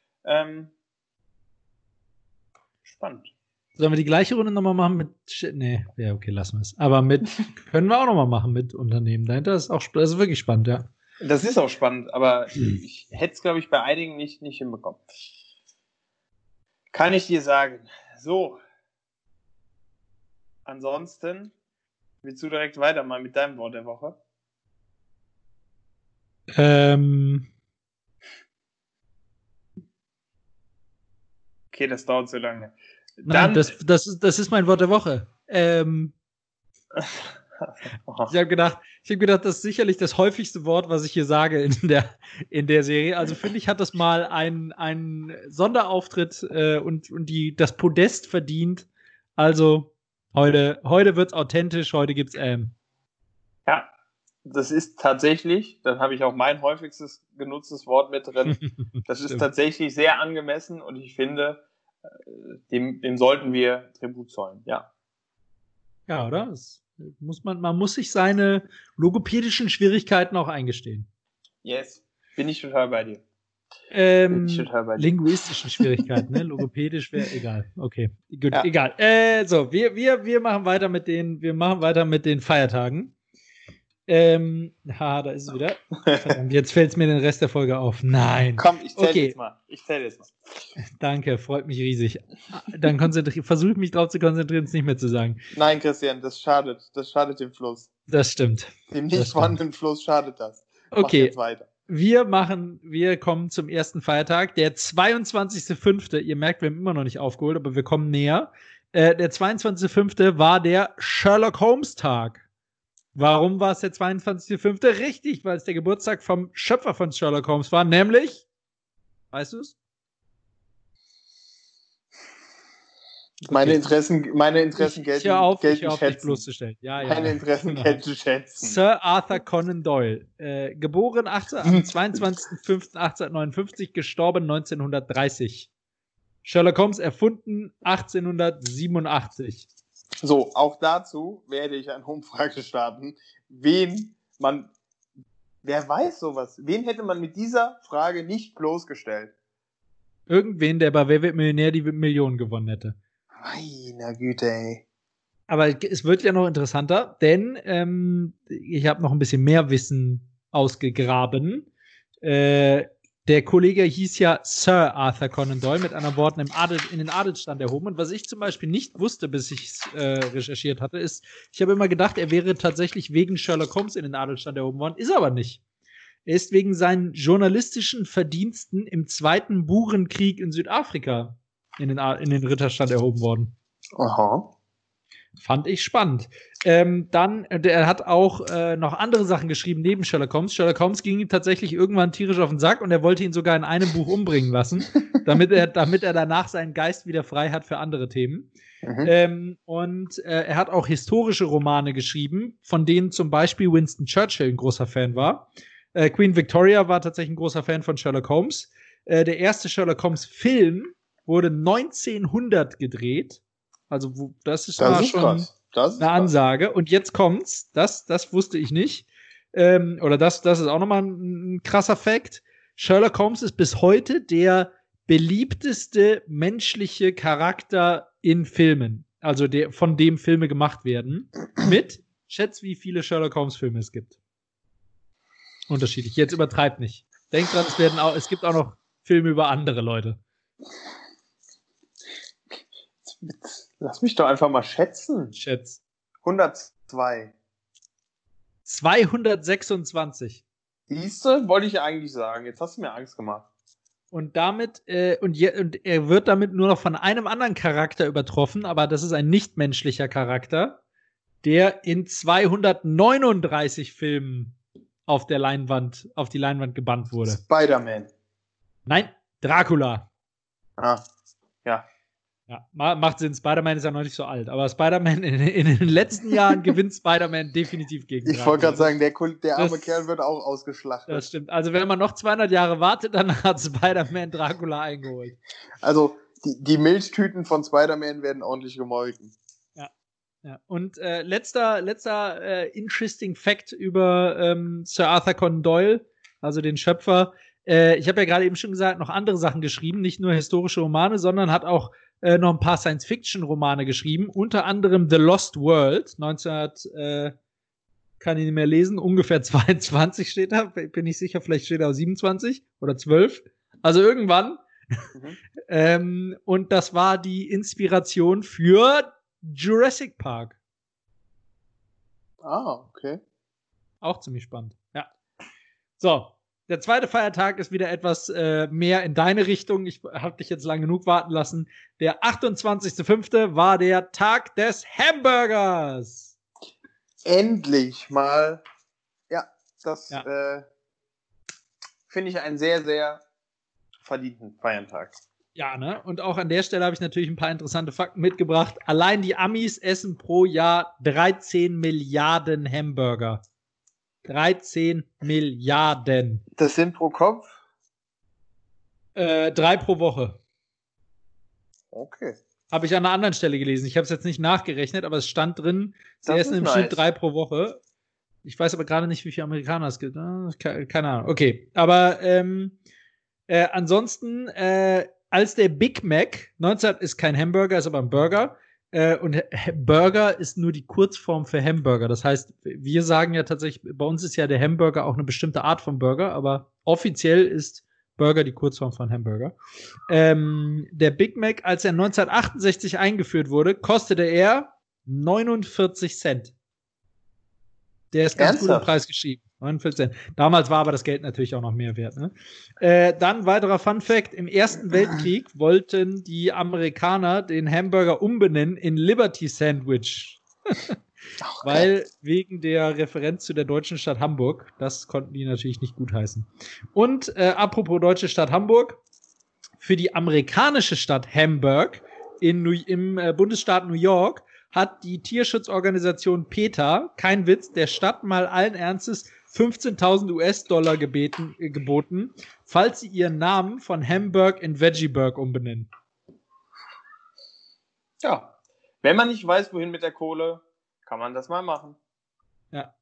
Spannend. Sollen wir die gleiche Runde nochmal machen mit okay, lassen wir es. Aber können wir auch nochmal machen mit Unternehmen dahinter. Das ist wirklich spannend, ja. Das ist auch spannend, aber ich hätte es, glaube ich, bei einigen nicht hinbekommen. Kann ich dir sagen. So. Ansonsten willst du direkt weitermachen mit deinem Wort der Woche? Okay, das dauert so lange. Nein, das ist mein Wort der Woche. Ich habe gedacht, das ist sicherlich das häufigste Wort, was ich hier sage in der Serie. Also finde ich, hat das mal einen Sonderauftritt und das Podest verdient. Also heute wird's authentisch, heute gibt's Ja, das ist tatsächlich, dann habe ich auch mein häufigstes genutztes Wort mit drin. Das ist tatsächlich sehr angemessen und ich finde, dem sollten wir Tribut zollen, ja. Ja, oder? Man muss sich seine logopädischen Schwierigkeiten auch eingestehen. Yes. Bin ich total bei dir. Linguistischen Schwierigkeiten, ne? Logopädisch wäre egal. Okay, gut, ja. Egal. So, wir machen weiter mit den Feiertagen. Da ist es wieder. Verdammt, jetzt fällt es mir den Rest der Folge auf. Nein. Komm, ich zähle jetzt mal. Danke, freut mich riesig. Dann versuche ich mich drauf zu konzentrieren, es nicht mehr zu sagen. Nein, Christian, das schadet dem Fluss. Das stimmt. Dem nicht vorhandenen Fluss schadet das. Okay. Mach jetzt weiter. Wir kommen zum ersten Feiertag, der 22.05. Ihr merkt, wir haben immer noch nicht aufgeholt, aber wir kommen näher. Der 22.05. war der Sherlock Holmes Tag. Warum war es der 22.05.? Richtig, weil es der Geburtstag vom Schöpfer von Sherlock Holmes war, nämlich, weißt du es? Okay. Meine Interessen gelten bloßzustellen. Ja, meine Interessen gelten schätzen. Sir Arthur Conan Doyle. Geboren am 22.05.1859, gestorben 1930. Sherlock Holmes erfunden 1887. So, auch dazu werde ich eine Umfrage starten. Wer weiß sowas? Wen hätte man mit dieser Frage nicht bloßgestellt? Irgendwen, der bei Wer wird Millionär die Millionen gewonnen hätte. Meine Güte, ey. Aber es wird ja noch interessanter, denn ich habe noch ein bisschen mehr Wissen ausgegraben. Der Kollege hieß ja Sir Arthur Conan Doyle, mit anderen Worten in den Adelsstand erhoben. Und was ich zum Beispiel nicht wusste, bis ich es recherchiert hatte, ist, ich habe immer gedacht, er wäre tatsächlich wegen Sherlock Holmes in den Adelsstand erhoben worden. Ist aber nicht. Er ist wegen seinen journalistischen Verdiensten im Zweiten Burenkrieg in Südafrika in den Ritterstand erhoben worden. Aha. Fand ich spannend. Er hat auch noch andere Sachen geschrieben neben Sherlock Holmes. Sherlock Holmes ging ihm tatsächlich irgendwann tierisch auf den Sack und er wollte ihn sogar in einem Buch umbringen lassen, damit er danach seinen Geist wieder frei hat für andere Themen. Mhm. Er hat auch historische Romane geschrieben, von denen zum Beispiel Winston Churchill ein großer Fan war. Queen Victoria war tatsächlich ein großer Fan von Sherlock Holmes. Der erste Sherlock Holmes Film wurde 1900 gedreht. Also, das ist schon eine Ansage. Und jetzt kommt's. Das wusste ich nicht. Das ist auch nochmal ein krasser Fact. Sherlock Holmes ist bis heute der beliebteste menschliche Charakter in Filmen. Also, von dem Filme gemacht werden. Schätz, wie viele Sherlock Holmes Filme es gibt. Unterschiedlich. Jetzt übertreibt nicht. Denk dran, es gibt auch noch Filme über andere Leute. Lass mich doch einfach mal schätzen. 102. 226. Siehste, wollte ich ja eigentlich sagen. Jetzt hast du mir Angst gemacht. Und damit, und er wird damit nur noch von einem anderen Charakter übertroffen, aber das ist ein nichtmenschlicher Charakter, der in 239 Filmen auf die Leinwand gebannt wurde. Spider-Man. Nein, Dracula. Ah, ja. Ja, macht Sinn. Spider-Man ist ja noch nicht so alt, aber Spider-Man in den letzten Jahren gewinnt Spider-Man definitiv gegen Dracula. Ich wollte gerade sagen, der arme Kerl wird auch ausgeschlachtet. Das stimmt. Also wenn man noch 200 Jahre wartet, dann hat Spider-Man Dracula eingeholt. Also die Milchtüten von Spider-Man werden ordentlich gemolken. Ja. Und letzter interesting Fact über Sir Arthur Conan Doyle, also den Schöpfer. Ich habe ja gerade eben schon gesagt, noch andere Sachen geschrieben, nicht nur historische Romane, sondern hat auch noch ein paar Science-Fiction-Romane geschrieben, unter anderem The Lost World, 1900, kann ich nicht mehr lesen, ungefähr 22 steht da, bin ich sicher, vielleicht steht da auch 27 oder 12, also irgendwann. Mhm. Und das war die Inspiration für Jurassic Park. Ah, okay. Auch ziemlich spannend, ja. So. Der zweite Feiertag ist wieder etwas mehr in deine Richtung. Ich habe dich jetzt lang genug warten lassen. Der 28.05. war der Tag des Hamburgers. Endlich mal. Ja, das finde ich einen sehr, sehr verdienten Feiertag. Ja, ne? Und auch an der Stelle habe ich natürlich ein paar interessante Fakten mitgebracht. Allein die Amis essen pro Jahr 13 Milliarden Hamburger. 13 Milliarden. Das sind pro Kopf? 3 pro Woche. Okay. Habe ich an einer anderen Stelle gelesen. Ich habe es jetzt nicht nachgerechnet, aber es stand drin, sie essen im Schnitt 3 pro Woche. Ich weiß aber gerade nicht, wie viele Amerikaner es gibt. Keine Ahnung. Okay. Aber ansonsten, als der Big Mac, 19 ist kein Hamburger, ist aber ein Burger. Und Burger ist nur die Kurzform für Hamburger. Das heißt, wir sagen ja tatsächlich, bei uns ist ja der Hamburger auch eine bestimmte Art von Burger, aber offiziell ist Burger die Kurzform von Hamburger. Der Big Mac, als er 1968 eingeführt wurde, kostete er 49 Cent. Der ist ganz gut im Preis geschrieben. 49 Cent. Damals war aber das Geld natürlich auch noch mehr wert. Ne? Dann weiterer Fun Fact. Im Ersten Weltkrieg wollten die Amerikaner den Hamburger umbenennen in Liberty Sandwich. Weil wegen der Referenz zu der deutschen Stadt Hamburg, das konnten die natürlich nicht gutheißen. Und apropos deutsche Stadt Hamburg, für die amerikanische Stadt Hamburg im Bundesstaat New York hat die Tierschutzorganisation PETA, kein Witz, der Stadt mal allen Ernstes 15.000 US-Dollar geboten, falls sie ihren Namen von Hamburg in Veggieburg umbenennen. Ja, wenn man nicht weiß, wohin mit der Kohle, kann man das mal machen. Ja.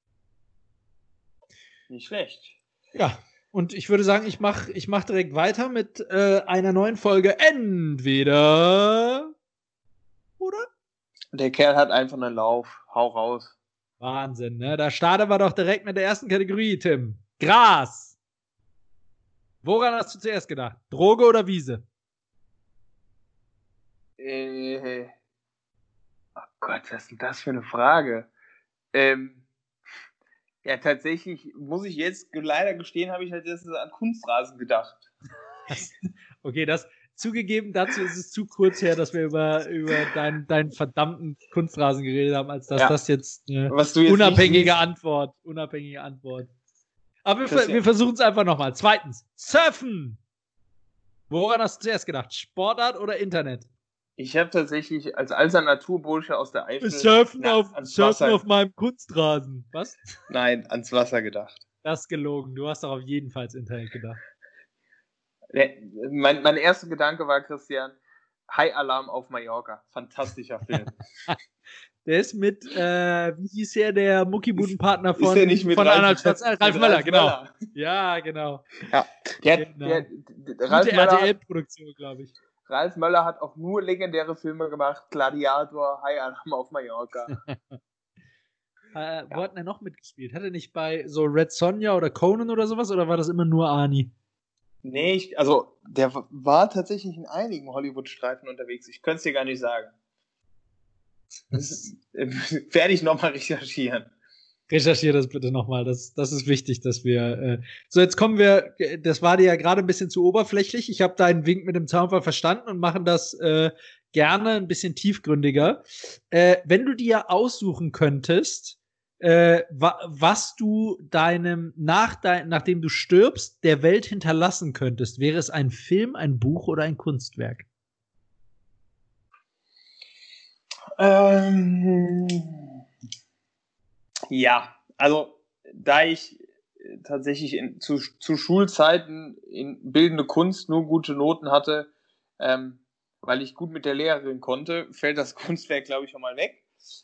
Nicht schlecht. Ja, und ich würde sagen, ich mach direkt weiter mit einer neuen Folge Entweder oder? Der Kerl hat einfach einen Lauf. Hau raus. Wahnsinn, ne? Da starten wir doch direkt mit der ersten Kategorie, Tim. Gras. Woran hast du zuerst gedacht? Droge oder Wiese? Oh Gott, was ist denn das für eine Frage? Ja, tatsächlich muss ich jetzt leider gestehen, habe ich halt jetzt an Kunstrasen gedacht. Okay, zugegeben, dazu ist es zu kurz her, dass wir über deinen verdammten Kunstrasen geredet haben, als dass das jetzt eine unabhängige Antwort. Aber wir versuchen es einfach nochmal. Zweitens, Surfen. Woran hast du zuerst gedacht? Sportart oder Internet? Ich habe tatsächlich als alter Naturbursche aus der Eifel Surfen auf meinem Kunstrasen. Was? Nein, ans Wasser gedacht. Das ist gelogen. Du hast doch auf jeden Fall ins Internet gedacht. Mein erster Gedanke war, Christian, High Alarm auf Mallorca. Fantastischer Film. Der ist mit, wie hieß der Muckibudenpartner von Arnold Schwarzenegger? Ralf Möller, genau. Ja, genau. Ja, Ralf Möller RTL-Produktion, glaube ich. Ralf Möller hat auch nur legendäre Filme gemacht. Gladiator, High Alarm auf Mallorca. Wo hat er noch mitgespielt? Hat er nicht bei so Red Sonja oder Conan oder sowas? Oder war das immer nur Arnie? Nee, der war tatsächlich in einigen Hollywood-Streifen unterwegs. Ich könnte es dir gar nicht sagen. Das werde ich nochmal recherchieren. Recherchiere das bitte nochmal. Das ist wichtig, dass wir. So, jetzt kommen wir. Das war dir ja gerade ein bisschen zu oberflächlich. Ich habe deinen Wink mit dem Zaunfall verstanden und machen das gerne ein bisschen tiefgründiger. Wenn du dir aussuchen könntest, was du nachdem du stirbst, der Welt hinterlassen könntest, wäre es ein Film, ein Buch oder ein Kunstwerk? Ja, also da ich tatsächlich zu Schulzeiten in bildende Kunst nur gute Noten hatte, weil ich gut mit der Lehrerin konnte, fällt das Kunstwerk, glaube ich, schon mal weg.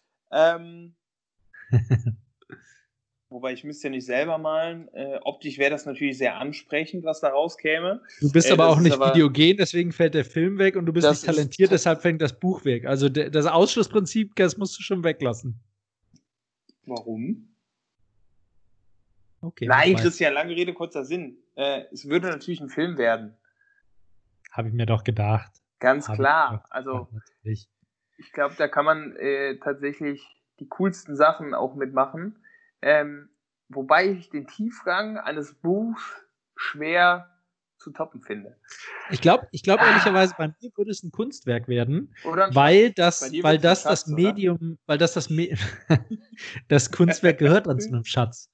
Wobei ich müsste ja nicht selber malen. Optisch wäre das natürlich sehr ansprechend, was da rauskäme. Du bist aber auch nicht videogen, deswegen fällt der Film weg und du bist nicht talentiert, deshalb fängt das Buch weg. Also das Ausschlussprinzip, das musst du schon weglassen. Warum? Okay. Nein, Christian, lange Rede, kurzer Sinn. Es würde natürlich ein Film werden. Habe ich mir doch gedacht. Ganz klar. Also ich glaube, da kann man tatsächlich die coolsten Sachen auch mitmachen. Wobei ich den Tiefgang eines Buchs schwer zu toppen finde. Ich glaube ehrlicherweise, bei mir würde es ein Kunstwerk werden, weil das Medium, weil das Kunstwerk gehört dann zu einem Schatz.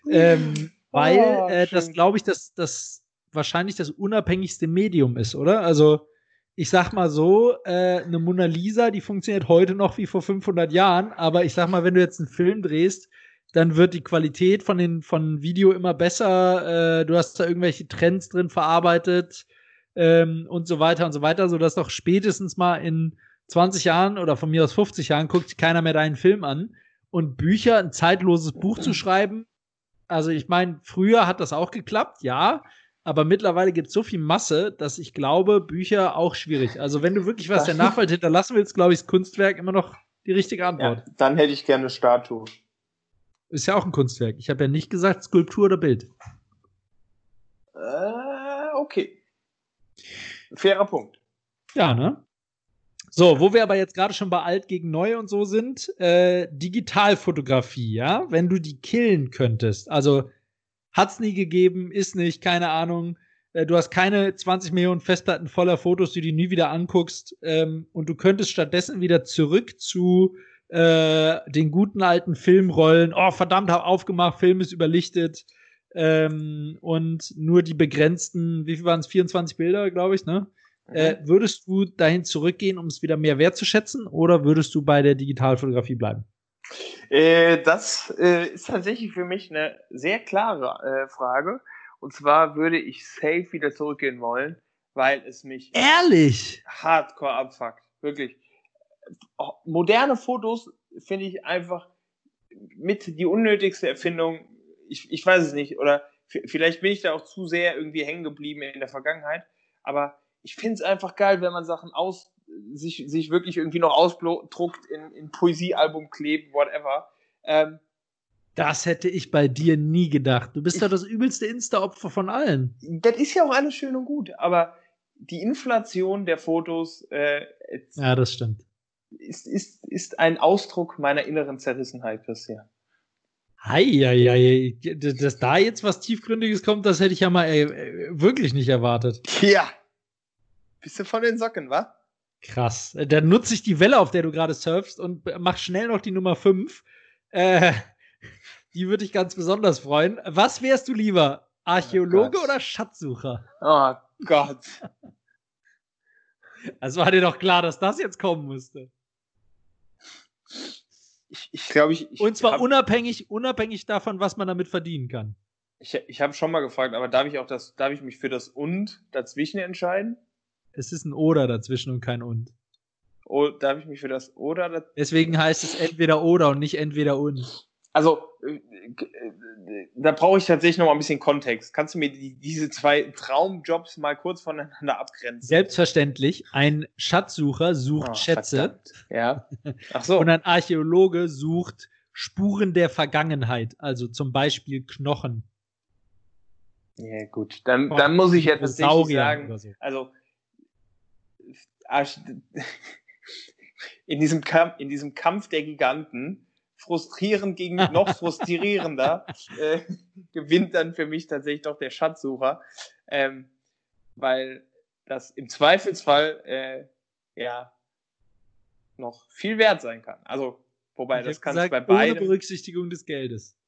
Das, glaube ich, das wahrscheinlich das unabhängigste Medium ist, oder? Also, ich sag mal so, eine Mona Lisa, die funktioniert heute noch wie vor 500 Jahren, aber ich sag mal, wenn du jetzt einen Film drehst, dann wird die Qualität von Video immer besser, du hast da irgendwelche Trends drin verarbeitet und so weiter, sodass doch spätestens mal in 20 Jahren oder von mir aus 50 Jahren guckt sich keiner mehr deinen Film an. Und Bücher, ein zeitloses Buch zu schreiben, also ich meine, früher hat das auch geklappt, ja, aber mittlerweile gibt es so viel Masse, dass ich glaube, Bücher auch schwierig. Also wenn du wirklich was der Nachwelt hinterlassen willst, glaube ich, ist Kunstwerk immer noch die richtige Antwort. Ja, dann hätte ich gerne eine Statue. Ist ja auch ein Kunstwerk. Ich habe ja nicht gesagt Skulptur oder Bild. Okay. Fairer Punkt. Ja, ne? So, wo wir aber jetzt gerade schon bei alt gegen neu und so sind, Digitalfotografie, ja? Wenn du die killen könntest, also hat's nie gegeben, ist nicht, keine Ahnung, du hast keine 20 Millionen Festplatten voller Fotos, die du nie wieder anguckst, und du könntest stattdessen wieder zurück zu den guten alten Filmrollen, oh verdammt, hab aufgemacht, Film ist überlichtet, und nur die begrenzten, wie viel waren es, 24 Bilder, glaube ich, ne? Würdest du dahin zurückgehen, um es wieder mehr wertzuschätzen, oder würdest du bei der Digitalfotografie bleiben? Das ist tatsächlich für mich eine sehr klare Frage. Und zwar würde ich safe wieder zurückgehen wollen, weil es mich ehrlich hardcore abfuckt. Wirklich. Auch moderne Fotos finde ich einfach mit die unnötigste Erfindung. Ich weiß es nicht. Oder vielleicht bin ich da auch zu sehr irgendwie hängen geblieben in der Vergangenheit. Aber ich finde es einfach geil, wenn man Sachen sich wirklich irgendwie noch ausdruckt, in Poesiealbum kleben, whatever. Das hätte ich bei dir nie gedacht. Du bist doch das übelste Insta-Opfer von allen. Das ist ja auch alles schön und gut, aber die Inflation der Fotos ja, das stimmt. Ist ein Ausdruck meiner inneren Zerrissenheit, Christian. Heieiei. Dass da jetzt was Tiefgründiges kommt, das hätte ich ja mal wirklich nicht erwartet. Ja. Bist du von den Socken, wa? Krass. Dann nutze ich die Welle, auf der du gerade surfst, und mach schnell noch die Nummer 5. Die würde ich ganz besonders freuen. Was wärst du lieber? Archäologe oder Schatzsucher? Oh Gott. Also war dir doch klar, dass das jetzt kommen müsste. Ich glaube, und zwar unabhängig davon, was man damit verdienen kann. Ich habe schon mal gefragt, aber darf ich mich für das und dazwischen entscheiden? Es ist ein oder dazwischen und kein und. Oh, darf ich mich für das oder dazwischen? Deswegen heißt es entweder oder und nicht entweder und. Also, da brauche ich tatsächlich noch mal ein bisschen Kontext. Kannst du mir diese zwei Traumjobs mal kurz voneinander abgrenzen? Selbstverständlich. Ein Schatzsucher sucht Schätze. Verdammt. Ja. Ach so. Und ein Archäologe sucht Spuren der Vergangenheit, also zum Beispiel Knochen. Ja, gut. Dann muss ich ja tatsächlich sagen, so. Also in diesem Kampf der Giganten, frustrierend gegen noch frustrierender, gewinnt dann für mich tatsächlich doch der Schatzsucher, weil das im Zweifelsfall noch viel wert sein kann. Also, wobei das kannst du bei beiden. Ohne Berücksichtigung des Geldes.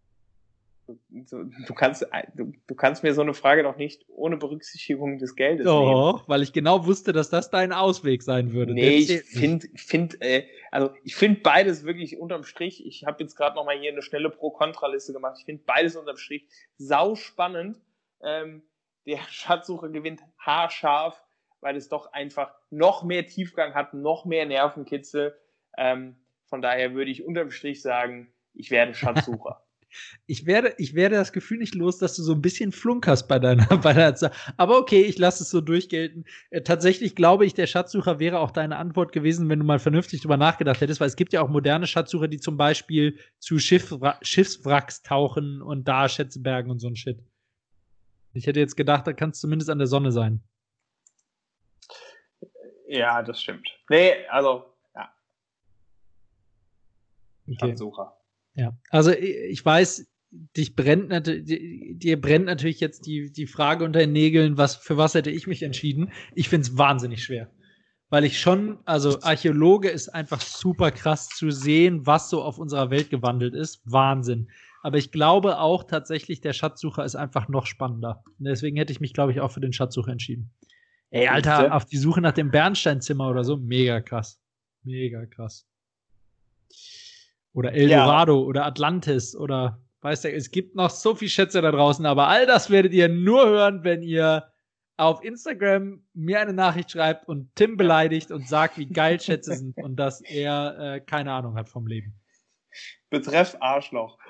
Du kannst mir so eine Frage doch nicht ohne Berücksichtigung des Geldes nehmen. Weil ich genau wusste, dass das dein Ausweg sein würde. Nee, ich finde beides wirklich unterm Strich. Ich habe jetzt gerade noch mal hier eine schnelle Pro-Kontra-Liste gemacht. Ich finde beides unterm Strich sau spannend. Der Schatzsucher gewinnt haarscharf, weil es doch einfach noch mehr Tiefgang hat, noch mehr Nervenkitzel. Von daher würde ich unterm Strich sagen, ich werde Schatzsucher. Ich werde das Gefühl nicht los, dass du so ein bisschen flunkerst bei deiner aber okay, ich lasse es so durchgelten. Tatsächlich glaube ich, der Schatzsucher wäre auch deine Antwort gewesen, wenn du mal vernünftig drüber nachgedacht hättest, weil es gibt ja auch moderne Schatzsucher, die zum Beispiel zu Schiffswracks tauchen und da Schätze bergen und so ein Shit. Ich hätte jetzt gedacht, da kann es zumindest an der Sonne sein. Ja, das stimmt. Nee, also, ja. Okay. Schatzsucher. Ja, also ich weiß, dir brennt natürlich jetzt die Frage unter den Nägeln, für was hätte ich mich entschieden. Ich finde es wahnsinnig schwer. Weil ich schon, also Archäologe ist einfach super krass zu sehen, was so auf unserer Welt gewandelt ist. Wahnsinn. Aber ich glaube auch tatsächlich, der Schatzsucher ist einfach noch spannender. Deswegen hätte ich mich, glaube ich, auch für den Schatzsucher entschieden. Ey, Alter, auf die Suche nach dem Bernsteinzimmer oder so, mega krass. Mega krass. Oder Eldorado oder Atlantis oder, weißt du, es gibt noch so viel Schätze da draußen, aber all das werdet ihr nur hören, wenn ihr auf Instagram mir eine Nachricht schreibt und Tim beleidigt und sagt, wie geil Schätze sind und dass er keine Ahnung hat vom Leben. Betreff Arschloch.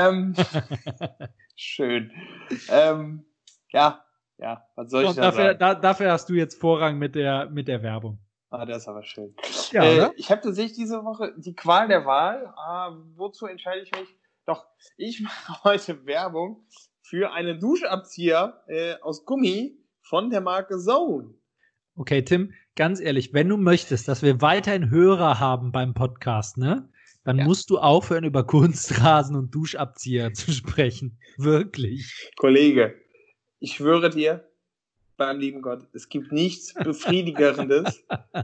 Schön. Ja, was soll ich da sagen? Dafür hast du jetzt Vorrang mit der Werbung. Das ist aber schön. Ja, ich habe tatsächlich diese Woche die Qual der Wahl. Wozu entscheide ich mich? Doch, ich mache heute Werbung für einen Duschabzieher aus Gummi von der Marke Zone. Okay, Tim, ganz ehrlich, wenn du möchtest, dass wir weiterhin Hörer haben beim Podcast, ne, dann musst du aufhören, über Kunstrasen und Duschabzieher zu sprechen. Wirklich. Kollege, ich schwöre dir, beim lieben Gott, es gibt nichts Befriedigerendes.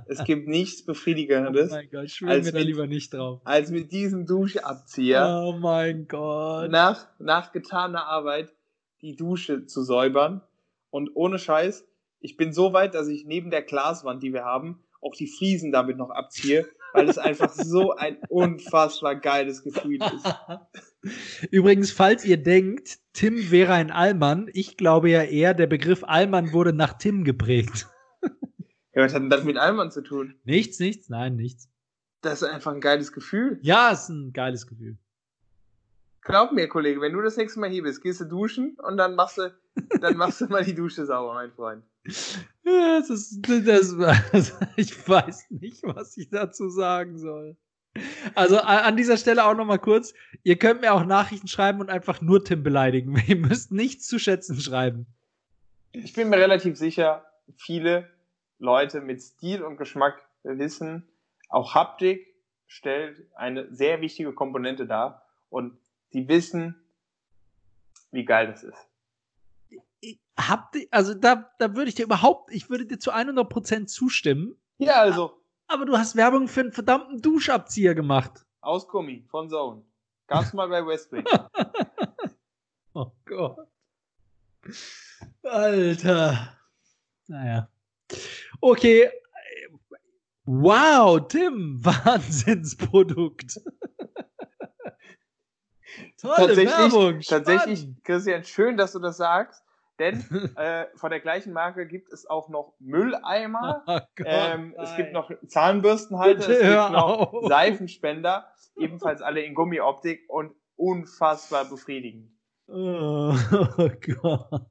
Oh mein Gott, schwören wir da lieber nicht drauf. Als mit diesem Duschabzieher. Oh mein Gott. Nach getaner Arbeit die Dusche zu säubern. Und ohne Scheiß, ich bin so weit, dass ich neben der Glaswand, die wir haben, auch die Fliesen damit noch abziehe, weil es einfach so ein unfassbar geiles Gefühl ist. Übrigens, falls ihr denkt, Tim wäre ein Allmann, ich glaube ja eher, der Begriff Allmann wurde nach Tim geprägt. Ja, was hat denn das mit Allmann zu tun? Nichts, nein, nichts. Das ist einfach ein geiles Gefühl. Ja, ist ein geiles Gefühl. Glaub mir, Kollege, wenn du das nächste Mal hier bist, gehst du duschen und dann machst du mal die Dusche sauber, mein Freund. Ja, ich weiß nicht, was ich dazu sagen soll. Also an dieser Stelle auch nochmal kurz, ihr könnt mir auch Nachrichten schreiben und einfach nur Tim beleidigen. Ihr müsst nichts zu schätzen schreiben. Ich bin mir relativ sicher, viele Leute mit Stil und Geschmack wissen, auch Haptik stellt eine sehr wichtige Komponente dar und die wissen, wie geil das ist. Also da würde ich dir zu 100% zustimmen. Ja, also. Aber du hast Werbung für einen verdammten Duschabzieher gemacht. Aus Gummi, von Zone. Gab's mal bei Westwing. Oh Gott. Alter. Naja. Okay. Wow, Tim, Wahnsinnsprodukt. Tolle Werbung. Tatsächlich, Christian, schön, dass du das sagst. Denn von der gleichen Marke gibt es auch noch Mülleimer. Oh Gott, es gibt noch Zahnbürstenhalter, es gibt noch Seifenspender, ebenfalls alle in Gummioptik und unfassbar befriedigend. Oh Gott.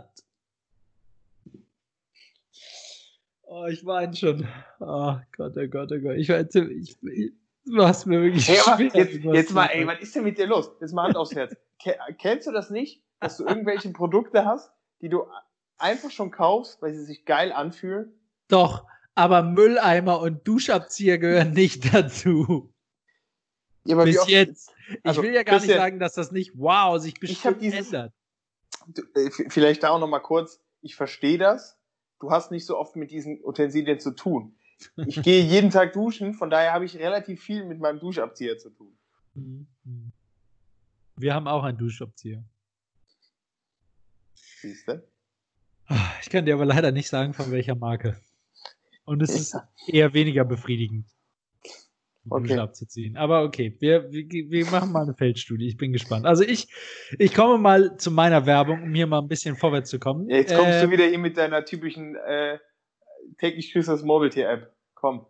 Oh, ich weine schon. Oh Gott, oh Gott, oh Gott. Du hast mir wirklich jetzt mal, ey, was ist denn mit dir los? Jetzt mal Hand aufs Herz. Kennst du das nicht, dass du irgendwelche Produkte hast, die du einfach schon kaufst, weil sie sich geil anfühlen? Doch, aber Mülleimer und Duschabzieher gehören nicht dazu. Ja, aber bis jetzt. Ich will ja gar nicht sagen, dass das nicht sich bestimmt ändert. Vielleicht da auch noch mal kurz. Ich verstehe das. Du hast nicht so oft mit diesen Utensilien zu tun. Ich gehe jeden Tag duschen, von daher habe ich relativ viel mit meinem Duschabzieher zu tun. Wir haben auch einen Duschabzieher. Siehste? Ich kann dir aber leider nicht sagen, von welcher Marke. Und es ist eher weniger befriedigend, die Dusche abzuziehen. Aber okay, wir machen mal eine Feldstudie. Ich bin gespannt. Also ich komme mal zu meiner Werbung, um hier mal ein bisschen vorwärts zu kommen. Ja, jetzt kommst du wieder hier mit deiner typischen täglich grüßt das Murmeltier-App. Komm.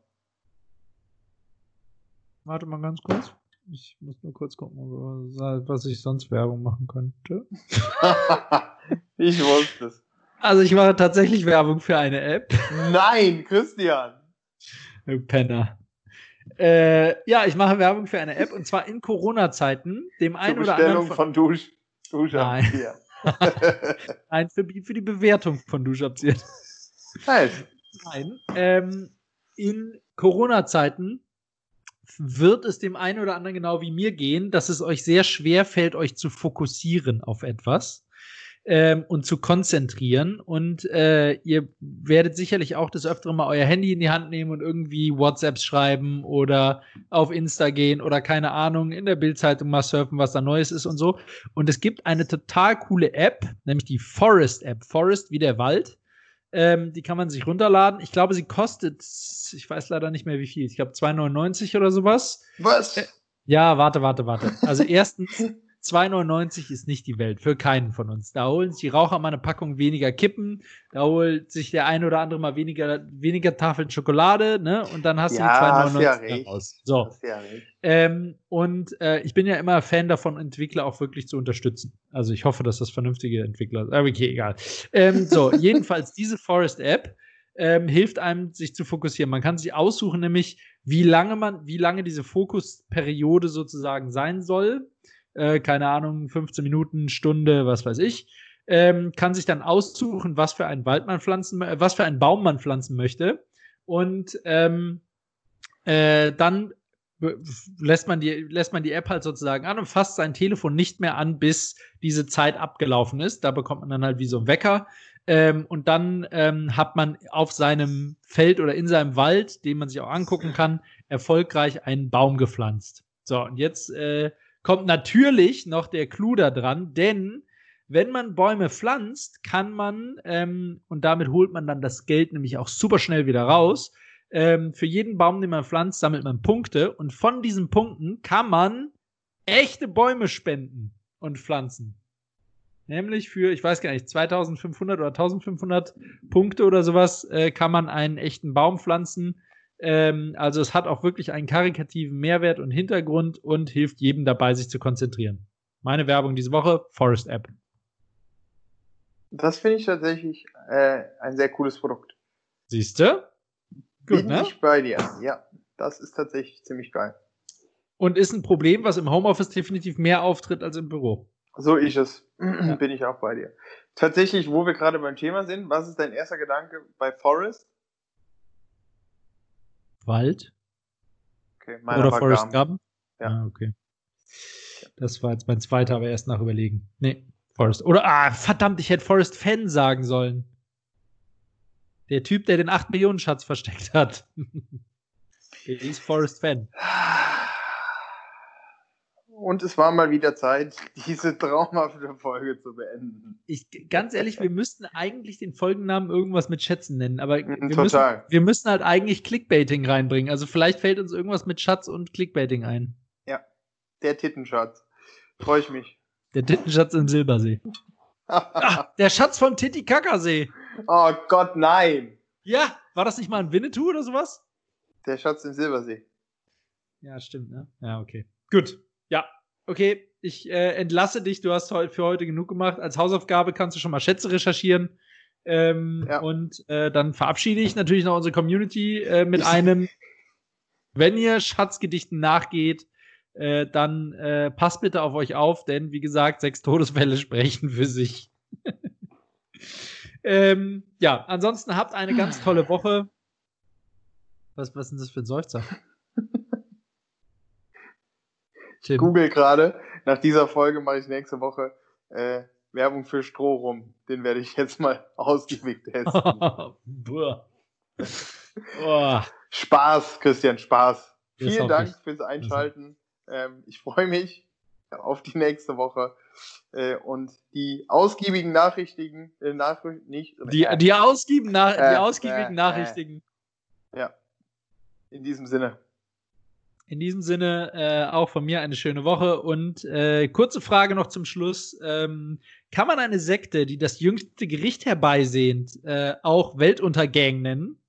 Warte mal ganz kurz. Ich muss nur kurz gucken, was ich sonst Werbung machen könnte. Ich wusste es. Also ich mache tatsächlich Werbung für eine App. Nein, Christian. Du Penner. Ich mache Werbung für eine App und zwar in Corona-Zeiten. Dem einen oder anderen von Duschabzieher. Nein, für die Bewertung von Duschabzieher. Nein. In Corona-Zeiten wird es dem einen oder anderen genau wie mir gehen, dass es euch sehr schwer fällt, euch zu fokussieren auf etwas und zu konzentrieren. Und ihr werdet sicherlich auch des Öfteren mal euer Handy in die Hand nehmen und irgendwie WhatsApps schreiben oder auf Insta gehen oder keine Ahnung, in der Bild-Zeitung mal surfen, was da Neues ist und so. Und es gibt eine total coole App, nämlich die Forest-App. Forest wie der Wald. Die kann man sich runterladen. Ich glaube, sie kostet, ich weiß leider nicht mehr wie viel. Ich glaube 2,99 oder sowas. Was? Ja, warte. Also erstens 2,99 ist nicht die Welt, für keinen von uns. Da holen sich die Raucher mal eine Packung weniger Kippen, da holt sich der eine oder andere mal weniger Tafeln Schokolade, ne? Und dann hast du die 2,99 raus. So. Ich bin ja immer Fan davon, Entwickler auch wirklich zu unterstützen. Also ich hoffe, dass das vernünftige Entwickler sind. Aber okay, egal. Jedenfalls diese Forest-App hilft einem, sich zu fokussieren. Man kann sich aussuchen, nämlich wie lange diese Fokusperiode sozusagen sein soll. Keine Ahnung, 15 Minuten, Stunde, was weiß ich. Kann sich dann aussuchen, was für einen Baum man pflanzen möchte. Und dann lässt man die App halt sozusagen an und fasst sein Telefon nicht mehr an, bis diese Zeit abgelaufen ist. Da bekommt man dann halt wie so einen Wecker. Und dann hat man auf seinem Feld oder in seinem Wald, den man sich auch angucken kann, erfolgreich einen Baum gepflanzt. So, und jetzt kommt natürlich noch der Clou da dran, denn wenn man Bäume pflanzt, kann man, und damit holt man dann das Geld nämlich auch super schnell wieder raus, für jeden Baum, den man pflanzt, sammelt man Punkte und von diesen Punkten kann man echte Bäume spenden und pflanzen. Nämlich für, ich weiß gar nicht, 2500 oder 1500 Punkte oder sowas kann man einen echten Baum pflanzen. Also es hat auch wirklich einen karikativen Mehrwert und Hintergrund und hilft jedem dabei, sich zu konzentrieren. Meine Werbung diese Woche, Forest App. Das finde ich tatsächlich ein sehr cooles Produkt. Siehste? Gut, bin ich bei dir. Ja, das ist tatsächlich ziemlich geil. Und ist ein Problem, was im Homeoffice definitiv mehr auftritt als im Büro. So ist es. Ja. Bin ich auch bei dir. Tatsächlich, wo wir gerade beim Thema sind, was ist dein erster Gedanke bei Forest? Wald? Okay, oder Forest Gump? Ja. Ah, okay. Das war jetzt mein zweiter, aber erst nach Überlegen. Nee, Forest. Oder, verdammt, ich hätte Forest Fan sagen sollen. Der Typ, der den 8-Millionen-Schatz versteckt hat. Der ist Forest Fan. Und es war mal wieder Zeit, diese traumhafte Folge zu beenden. Ganz ehrlich, wir müssten eigentlich den Folgennamen irgendwas mit Schätzen nennen, aber wir müssen halt eigentlich Clickbaiting reinbringen. Also vielleicht fällt uns irgendwas mit Schatz und Clickbaiting ein. Ja, der Tittenschatz. Freue ich mich. Der Tittenschatz im Silbersee. Der Schatz vom Titicacasee. Oh Gott, nein. Ja, war das nicht mal ein Winnetou oder sowas? Der Schatz im Silbersee. Ja, stimmt, ne? Ja, okay. Gut. Ja, okay. Ich entlasse dich. Du hast für heute genug gemacht. Als Hausaufgabe kannst du schon mal Schätze recherchieren. Und dann verabschiede ich natürlich noch unsere Community mit einem, wenn ihr Schatzgedichten nachgeht, dann passt bitte auf euch auf, denn wie gesagt, 6 Todesfälle sprechen für sich. Ja, ansonsten habt eine ganz tolle Woche. Was ist denn das für ein Seufzer? Ich google gerade. Nach dieser Folge mache ich nächste Woche Werbung für Strohrum. Den werde ich jetzt mal ausgiebig testen. Spaß, Christian, Spaß. Vielen Dank fürs Einschalten. Ich freue mich auf die nächste Woche. Und die ausgiebigen Nachrichten. Die ausgiebigen Nachrichten. Ja. In diesem Sinne. In diesem Sinne auch von mir eine schöne Woche und kurze Frage noch zum Schluss. Kann man eine Sekte, die das jüngste Gericht herbeisehnt, auch Weltuntergang nennen?